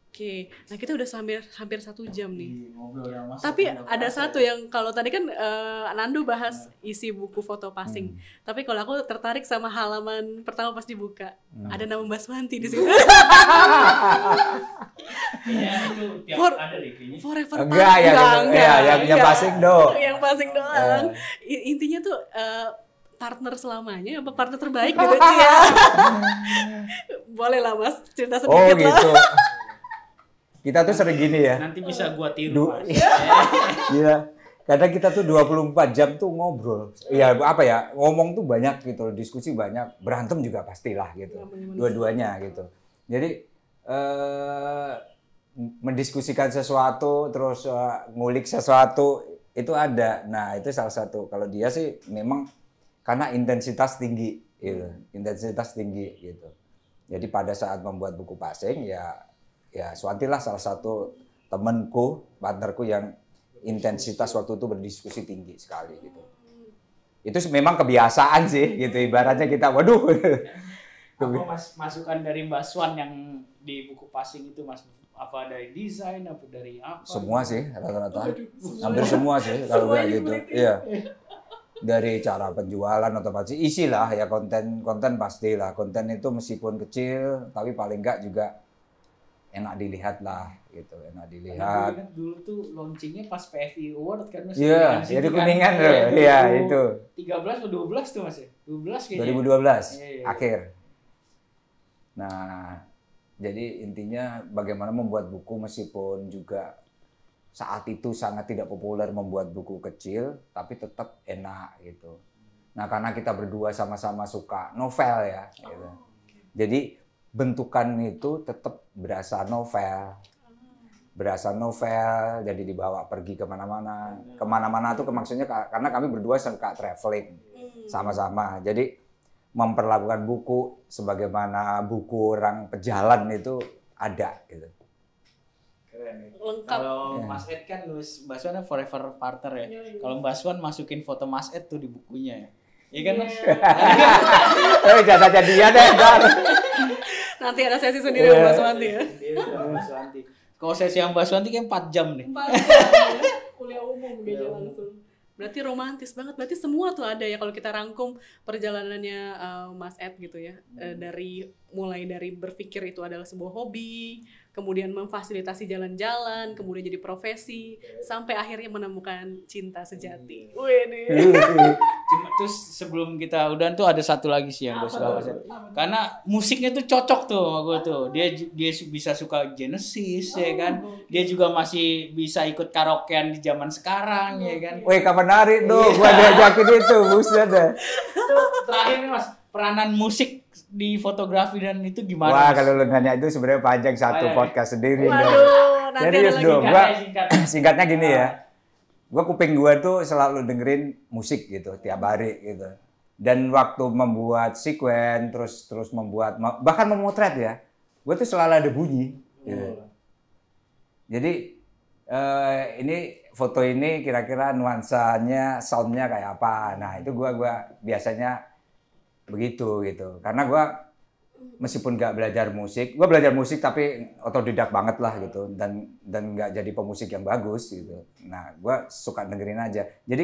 Speaker 4: Oke, nah kita udah hampir hampir satu jam nih.
Speaker 3: Ngobrol yang Mas
Speaker 4: Tapi
Speaker 3: Ed udah
Speaker 4: ada
Speaker 3: kerasa
Speaker 4: satu
Speaker 3: ya.
Speaker 4: yang kalau tadi kan uh, Nando bahas isi buku foto passing.
Speaker 2: Hmm.
Speaker 4: Tapi kalau aku tertarik sama halaman pertama pas dibuka.
Speaker 2: Hmm.
Speaker 4: Ada nama Mbak Swanti di situ.
Speaker 3: Iya itu tiap
Speaker 4: For-
Speaker 3: ada deh kayaknya.
Speaker 4: Forever
Speaker 2: Enggak, ya,
Speaker 4: Enggak,
Speaker 2: ya,
Speaker 4: enggak,
Speaker 2: yang- yang
Speaker 4: enggak.
Speaker 2: passing doang.
Speaker 4: Yang passing doang. I- Intinya tuh uh, partner selamanya apa partner terbaik gitu sih ya. Boleh lah Mas, cerita sedikit
Speaker 2: Oh
Speaker 4: lah.
Speaker 2: gitu. Kita tuh sering gini ya.
Speaker 3: Nanti bisa gua tiru
Speaker 2: Du-
Speaker 3: Mas.
Speaker 2: Gila. Kadang kita tuh dua puluh empat jam tuh ngobrol. Iya, apa ya? Ngomong tuh banyak gitu, diskusi banyak, berantem juga pastilah gitu. Dua-duanya gitu. Jadi eh mendiskusikan sesuatu terus eh, ngulik sesuatu itu ada. Nah, itu salah satu. Kalau dia sih memang karena intensitas tinggi gitu. Intensitas tinggi gitu. Jadi pada saat membuat buku passing ya ya Swanti lah salah satu temanku, partnerku yang intensitas waktu itu berdiskusi tinggi sekali gitu. Itu memang kebiasaan sih gitu, ibaratnya kita waduh.
Speaker 3: Apa Mas masukan dari Mbak Swan yang di buku passing itu Mas? Apa dari desain, apa dari apa?
Speaker 2: Semua sih rata-rata. Hampir semua sih kalau kayak gitu. Iya. Dari cara penjualan atau apa sih, isi lah ya konten-konten pastilah. Konten itu meskipun kecil tapi paling enggak juga enak dilihat lah gitu, enak dilihat.
Speaker 3: Karena dulu tuh launchingnya pas P F I Award kan Mas.
Speaker 2: Iya,
Speaker 3: Kuningan
Speaker 2: jadi
Speaker 3: situ
Speaker 2: Kuningan
Speaker 3: kan.
Speaker 2: loh. Iya, itu.
Speaker 3: tiga belas atau dua belas tuh Mas ya? dua belas kayaknya.
Speaker 2: dua ribu dua belas
Speaker 3: Iya, iya.
Speaker 2: akhir. Nah, jadi intinya bagaimana membuat buku meskipun juga saat itu sangat tidak populer membuat buku kecil, tapi tetap enak gitu. Nah, karena kita berdua sama-sama suka novel ya, gitu. Jadi bentukan itu tetap berasa novel, berasa novel, jadi dibawa pergi kemana-mana, kemana-mana tuh maksudnya karena kami berdua suka traveling sama-sama, jadi memperlakukan buku sebagaimana buku orang pejalan itu ada gitu.
Speaker 3: Keren ya.
Speaker 4: Lengkap.
Speaker 3: Kalau
Speaker 2: Ya.
Speaker 3: Mas Ed kan nulis Mbak Swan forever partner ya. Kalau Mbak Swan masukin foto Mas Ed tuh di bukunya ya. Iya kan Mas?
Speaker 2: Eh, jatahnya dia deh, ntar.
Speaker 4: Nanti ada sesi sendiri sama Mbak Swanti ya.
Speaker 3: Dia udah Mbak Swanti. Kalau sesi yang Mbak Swanti kan empat jam nih.
Speaker 4: Empat jam ya. Kuliah umum dia langsung. Berarti romantis banget. Berarti semua tuh ada ya kalau kita rangkum perjalanannya uh, Mas Ed gitu ya. Uh, dari mulai dari berpikir itu adalah sebuah hobi, kemudian memfasilitasi jalan-jalan, kemudian jadi profesi, sampai akhirnya menemukan cinta sejati. Wih nih.
Speaker 3: Cuma terus sebelum kita udah tuh ada satu lagi sih yang gue suka Mas Ed. Karena musiknya tuh cocok tuh sama gue tuh. Dia dia bisa suka Genesis ya kan. Dia juga masih bisa ikut karaokean di zaman sekarang ya kan.
Speaker 2: Woi, kapan hari tuh? Gua diajakin itu, buset deh.
Speaker 3: Terakhir nih Mas, peranan musik di fotografi dan itu gimana?
Speaker 2: Wah,
Speaker 3: Mas?
Speaker 2: kalau lu nanya itu sebenarnya panjang satu
Speaker 3: Panjang.
Speaker 2: podcast sendiri dong.
Speaker 4: Waduh, nanti
Speaker 2: Serius
Speaker 4: ada lagi.
Speaker 2: dong,
Speaker 3: Singkat
Speaker 2: gua
Speaker 3: ya, singkat.
Speaker 2: singkatnya gini ya. Gua kuping gua tuh selalu dengerin musik gitu tiap hari gitu. Dan waktu membuat sekuen terus terus membuat bahkan memotret ya, gua tuh selalu ada bunyi. Gitu. Jadi eh, ini foto ini kira-kira nuansanya, soundnya kayak apa. Nah itu gua gua biasanya begitu gitu. Karena gua meskipun nggak belajar musik, gua belajar musik tapi otodidak banget lah gitu. Dan dan nggak jadi pemusik yang bagus gitu. Nah gua suka dengerin aja. Jadi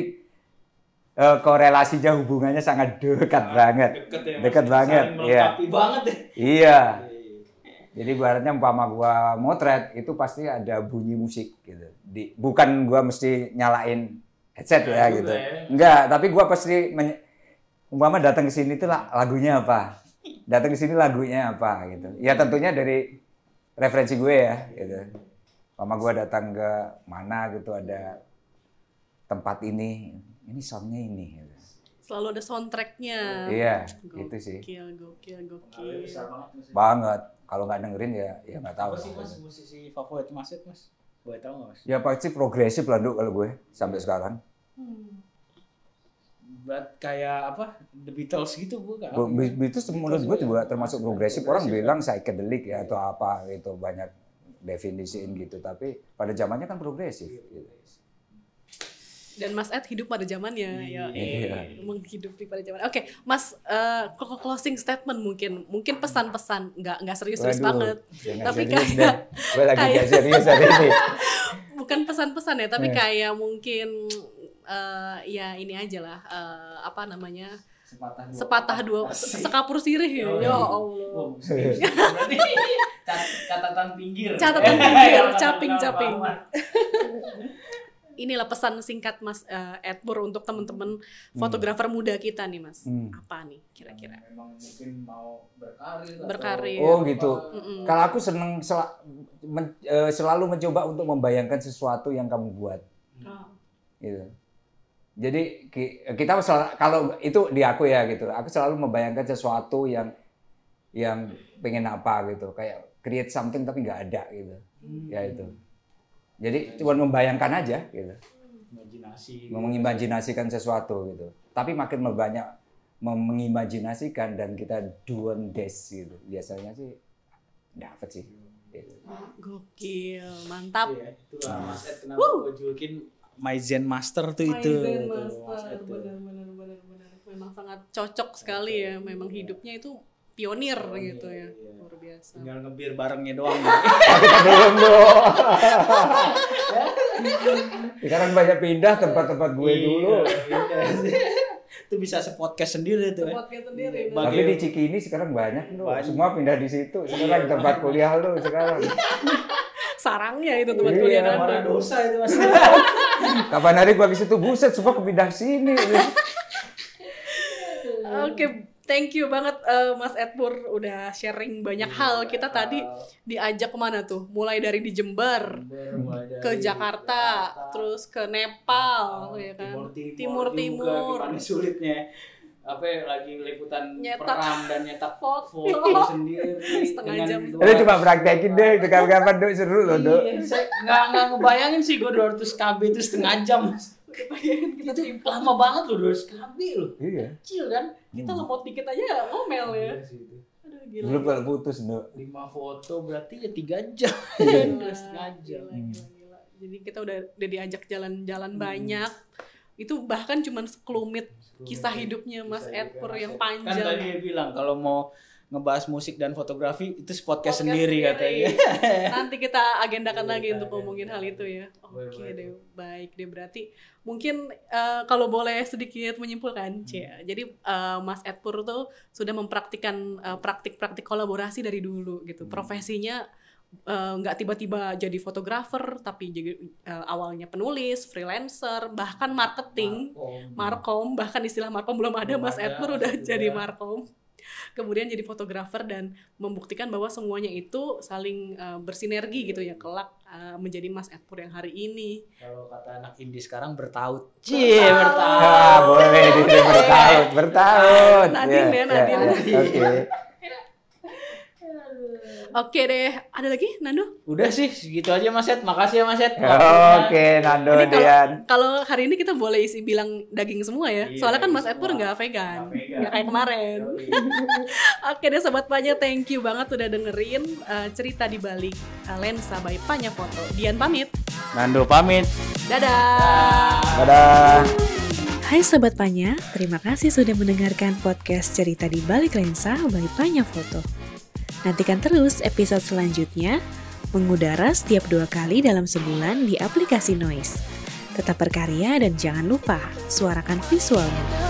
Speaker 2: eh, korelasinya hubungannya sangat dekat banget.
Speaker 3: Deket ya, Mas.
Speaker 2: Dekat banget,
Speaker 3: Saling
Speaker 2: iya.
Speaker 3: melengkapi banget deh.
Speaker 2: Iya. Jadi ibaratnya umpama gua motret itu pasti ada bunyi musik gitu. Di, bukan gua mesti nyalain headset ya,
Speaker 3: Ya, juga
Speaker 2: gitu.
Speaker 3: ya.
Speaker 2: Enggak, tapi gua pasti menye- umpama datang ke sini tuh lah lagunya apa. Datang ke sini lagunya apa gitu. Ya tentunya dari referensi gue ya gitu. Umpama gua datang ke mana gitu ada tempat ini, ini soundnya ini gitu.
Speaker 4: Selalu ada soundtracknya.
Speaker 2: Iya,
Speaker 4: Gokil,
Speaker 2: itu sih.
Speaker 4: Gokil, gokil.
Speaker 3: Besar banget Mas.
Speaker 2: Banget. Kalau nggak dengerin ya ya nggak tahu.
Speaker 3: Apa sih Mas musisi favorit Mas Ed Mas? Boleh tahu nggak Mas?
Speaker 2: Ya pasti progresif lah Duk, kalau gue sampai sekarang.
Speaker 3: Buat kayak apa? The Beatles gitu bukan?
Speaker 2: Bu- Be- Itu menurut gue juga termasuk progresif. Orang bilang psychedelic ya atau apa gitu, banyak definisiin gitu. Tapi pada zamannya kan progresif. Gitu.
Speaker 4: Dan Mas Ed hidup pada zamannya, ya,
Speaker 2: Iya.
Speaker 4: menghidupi pada zaman. Oke, Mas, uh, closing statement mungkin, mungkin pesan-pesan, nggak nggak serius-serius
Speaker 2: Waduh,
Speaker 4: banget,
Speaker 2: jangan
Speaker 4: tapi
Speaker 2: serius
Speaker 4: kayak,
Speaker 2: deh. Gue lagi
Speaker 4: kayak-
Speaker 2: gak serius hari ini.
Speaker 4: bukan pesan-pesan ya, tapi
Speaker 2: Eh.
Speaker 4: kayak mungkin, uh, ya ini aja lah, uh, apa namanya,
Speaker 3: Sepatah dua.
Speaker 4: sepatah dua,
Speaker 3: Asik.
Speaker 4: sekapur sirih ya,
Speaker 3: Oh,
Speaker 4: ya
Speaker 3: iya.
Speaker 4: Allah.
Speaker 3: Oh, berarti cat- catatan pinggir.
Speaker 4: Catatan pinggir,
Speaker 3: Catatan
Speaker 4: caping-caping.
Speaker 3: pengalaman.
Speaker 4: Inilah pesan singkat Mas uh, Edpur untuk teman-teman fotografer muda kita nih Mas.
Speaker 2: Hmm.
Speaker 4: Apa nih kira-kira?
Speaker 3: Memang mungkin mau berkarir. atau-
Speaker 4: Berkarir.
Speaker 2: Oh gitu.
Speaker 4: Mm-mm.
Speaker 2: Kalau aku seneng sel- men- eh, selalu mencoba untuk membayangkan sesuatu yang kamu buat.
Speaker 4: Oh.
Speaker 2: Gitu. Jadi ki- kita sel- kalau itu di aku ya gitu. Aku selalu membayangkan sesuatu yang yang pengen apa gitu. Kayak create something tapi nggak ada gitu.
Speaker 3: Hmm.
Speaker 2: Ya itu. Jadi cuma membayangkan aja gitu.
Speaker 3: Imajinasi.
Speaker 2: Mengimajinasikan sesuatu gitu. Tapi makin banyak mengimajinasikan dan kita do on this gitu. Biasanya sih dapat sih. Gitu.
Speaker 4: Gokil, mantap.
Speaker 3: Iya, itulah Mas Ed kenapa gue julukin My Zen Master tuh itu.
Speaker 4: Maizen
Speaker 3: Tuh, Mas
Speaker 4: Master,
Speaker 3: Ed tuh.
Speaker 4: benar-benar benar-benar. Memang sangat cocok sekali ya. Memang hidupnya itu pionir gitu ya.
Speaker 3: Iya.
Speaker 4: Luar biasa.
Speaker 3: Tinggal ngebir barengnya doang.
Speaker 2: Kita belum dong. Sekarang banyak pindah tempat-tempat gue dulu.
Speaker 3: Iya. Itu bisa sepodcast sendiri tuh. ya.
Speaker 4: Podcast sendiri.
Speaker 3: Bagi-
Speaker 2: Tapi di Cikini sekarang banyak loh.
Speaker 3: Banyak.
Speaker 2: Semua pindah di situ. Sekarang tempat kuliah lo sekarang.
Speaker 4: Sarangnya itu tempat
Speaker 2: Iya,
Speaker 4: kuliah
Speaker 3: Mana
Speaker 4: Nando.
Speaker 3: dosa itu Mas.
Speaker 2: Kapan hari gua ke situ buset semua kepindah sini.
Speaker 4: Oke, thank you banget eh, Mas Edpur udah sharing banyak hal. Kita tadi diajak kemana tuh? Mulai dari di Jember,
Speaker 3: Mulai dari
Speaker 4: ke Jakarta, terus ke Nepal,
Speaker 3: Oh,
Speaker 4: ya kan?
Speaker 3: Timur
Speaker 4: Timur-timur.
Speaker 3: Timur. Gimana sulitnya? Apa ya, lagi liputan
Speaker 4: Nyetak
Speaker 3: peram dan nyetak
Speaker 4: foto.
Speaker 3: foto sendiri
Speaker 4: Setengah
Speaker 3: dengan
Speaker 4: jam.
Speaker 3: dua-
Speaker 2: Lu coba praktekin deh itu kapan-kapan Dok, seru loh Dok.
Speaker 3: Iya, saya nggak nggak ngebayangin sih gue dua ratus K B itu setengah jam.
Speaker 4: Kita
Speaker 3: Itu lama banget loh dua ratus K B loh.
Speaker 2: Iya.
Speaker 3: Kecil kan?
Speaker 4: kita lemot dikit aja ngomel ya.
Speaker 3: Iya sih itu.
Speaker 4: Aduh gila.
Speaker 2: Belum kalau putus Dok.
Speaker 3: lima foto berarti ya tiga jam.
Speaker 4: Gila,
Speaker 3: Dua setengah jam.
Speaker 4: gila, gila, gila. Jadi kita udah udah diajak jalan-jalan banyak. Itu bahkan cuman sekelumit kisah hidupnya Mas
Speaker 3: Kisah
Speaker 4: Edpur
Speaker 3: hidupnya
Speaker 4: yang
Speaker 3: Mas Ed. Kan
Speaker 4: panjang.
Speaker 3: tadi dia bilang kalau mau ngebahas musik dan fotografi itu podcast,
Speaker 4: Podcast
Speaker 3: sendiri,
Speaker 4: sendiri.
Speaker 3: katanya.
Speaker 4: Nanti kita agendakan
Speaker 3: Iya,
Speaker 4: lagi
Speaker 3: kita
Speaker 4: untuk ngomongin hal
Speaker 3: agendakan.
Speaker 4: itu ya.
Speaker 3: Boleh,
Speaker 4: Oke
Speaker 3: boleh.
Speaker 4: deh, baik deh berarti mungkin eh, kalau boleh sedikit menyimpulkan,
Speaker 3: Hmm.
Speaker 4: Cia. Jadi eh, Mas Edpur tuh sudah mempraktikkan eh, praktik-praktik kolaborasi dari dulu gitu.
Speaker 3: Hmm.
Speaker 4: Profesinya eh, nggak tiba-tiba jadi fotografer, tapi jadi eh, awalnya penulis, freelancer, bahkan marketing. Markom, bahkan istilah Markom belum ada,
Speaker 3: Belum
Speaker 4: Mas
Speaker 3: ada,
Speaker 4: Edpur udah
Speaker 3: sudah.
Speaker 4: jadi Markom. Kemudian jadi fotografer dan membuktikan bahwa semuanya itu saling uh, bersinergi gitu ya, kelak uh, menjadi Mas Edpur yang hari ini.
Speaker 3: Kalau kata anak indie sekarang bertaut.
Speaker 4: Cie, bertaut.
Speaker 2: Ah, boleh di bertahun, bertahun.
Speaker 4: Nadine ya, Nadine.
Speaker 2: Oke.
Speaker 4: Oke deh, ada lagi Nando?
Speaker 3: Udah sih, segitu aja Mas Ed. Makasih ya Mas Ed.
Speaker 2: Oke, Nando
Speaker 4: Ini kalau-
Speaker 2: Dian.
Speaker 4: Kalau hari ini kita boleh isi bilang daging semua ya,
Speaker 3: Iya,
Speaker 4: soalnya kan
Speaker 3: daging
Speaker 4: Mas Edpur
Speaker 3: semua.
Speaker 4: nggak vegan,
Speaker 3: Nggak vegan.
Speaker 4: nggak kayak kemarin.
Speaker 3: Yoi.
Speaker 4: Oke deh Sobat Panya, thank you banget sudah dengerin uh, cerita di balik uh, lensa by Panya Foto. Dian pamit,
Speaker 3: Nando pamit.
Speaker 4: dadah.
Speaker 2: Dadah.
Speaker 1: Hai Sobat Panya, terima kasih sudah mendengarkan podcast cerita di balik lensa by Panya Foto. Nantikan terus episode selanjutnya, mengudara setiap dua kali dalam sebulan di aplikasi Noise. Tetap berkarya dan jangan lupa suarakan visualmu.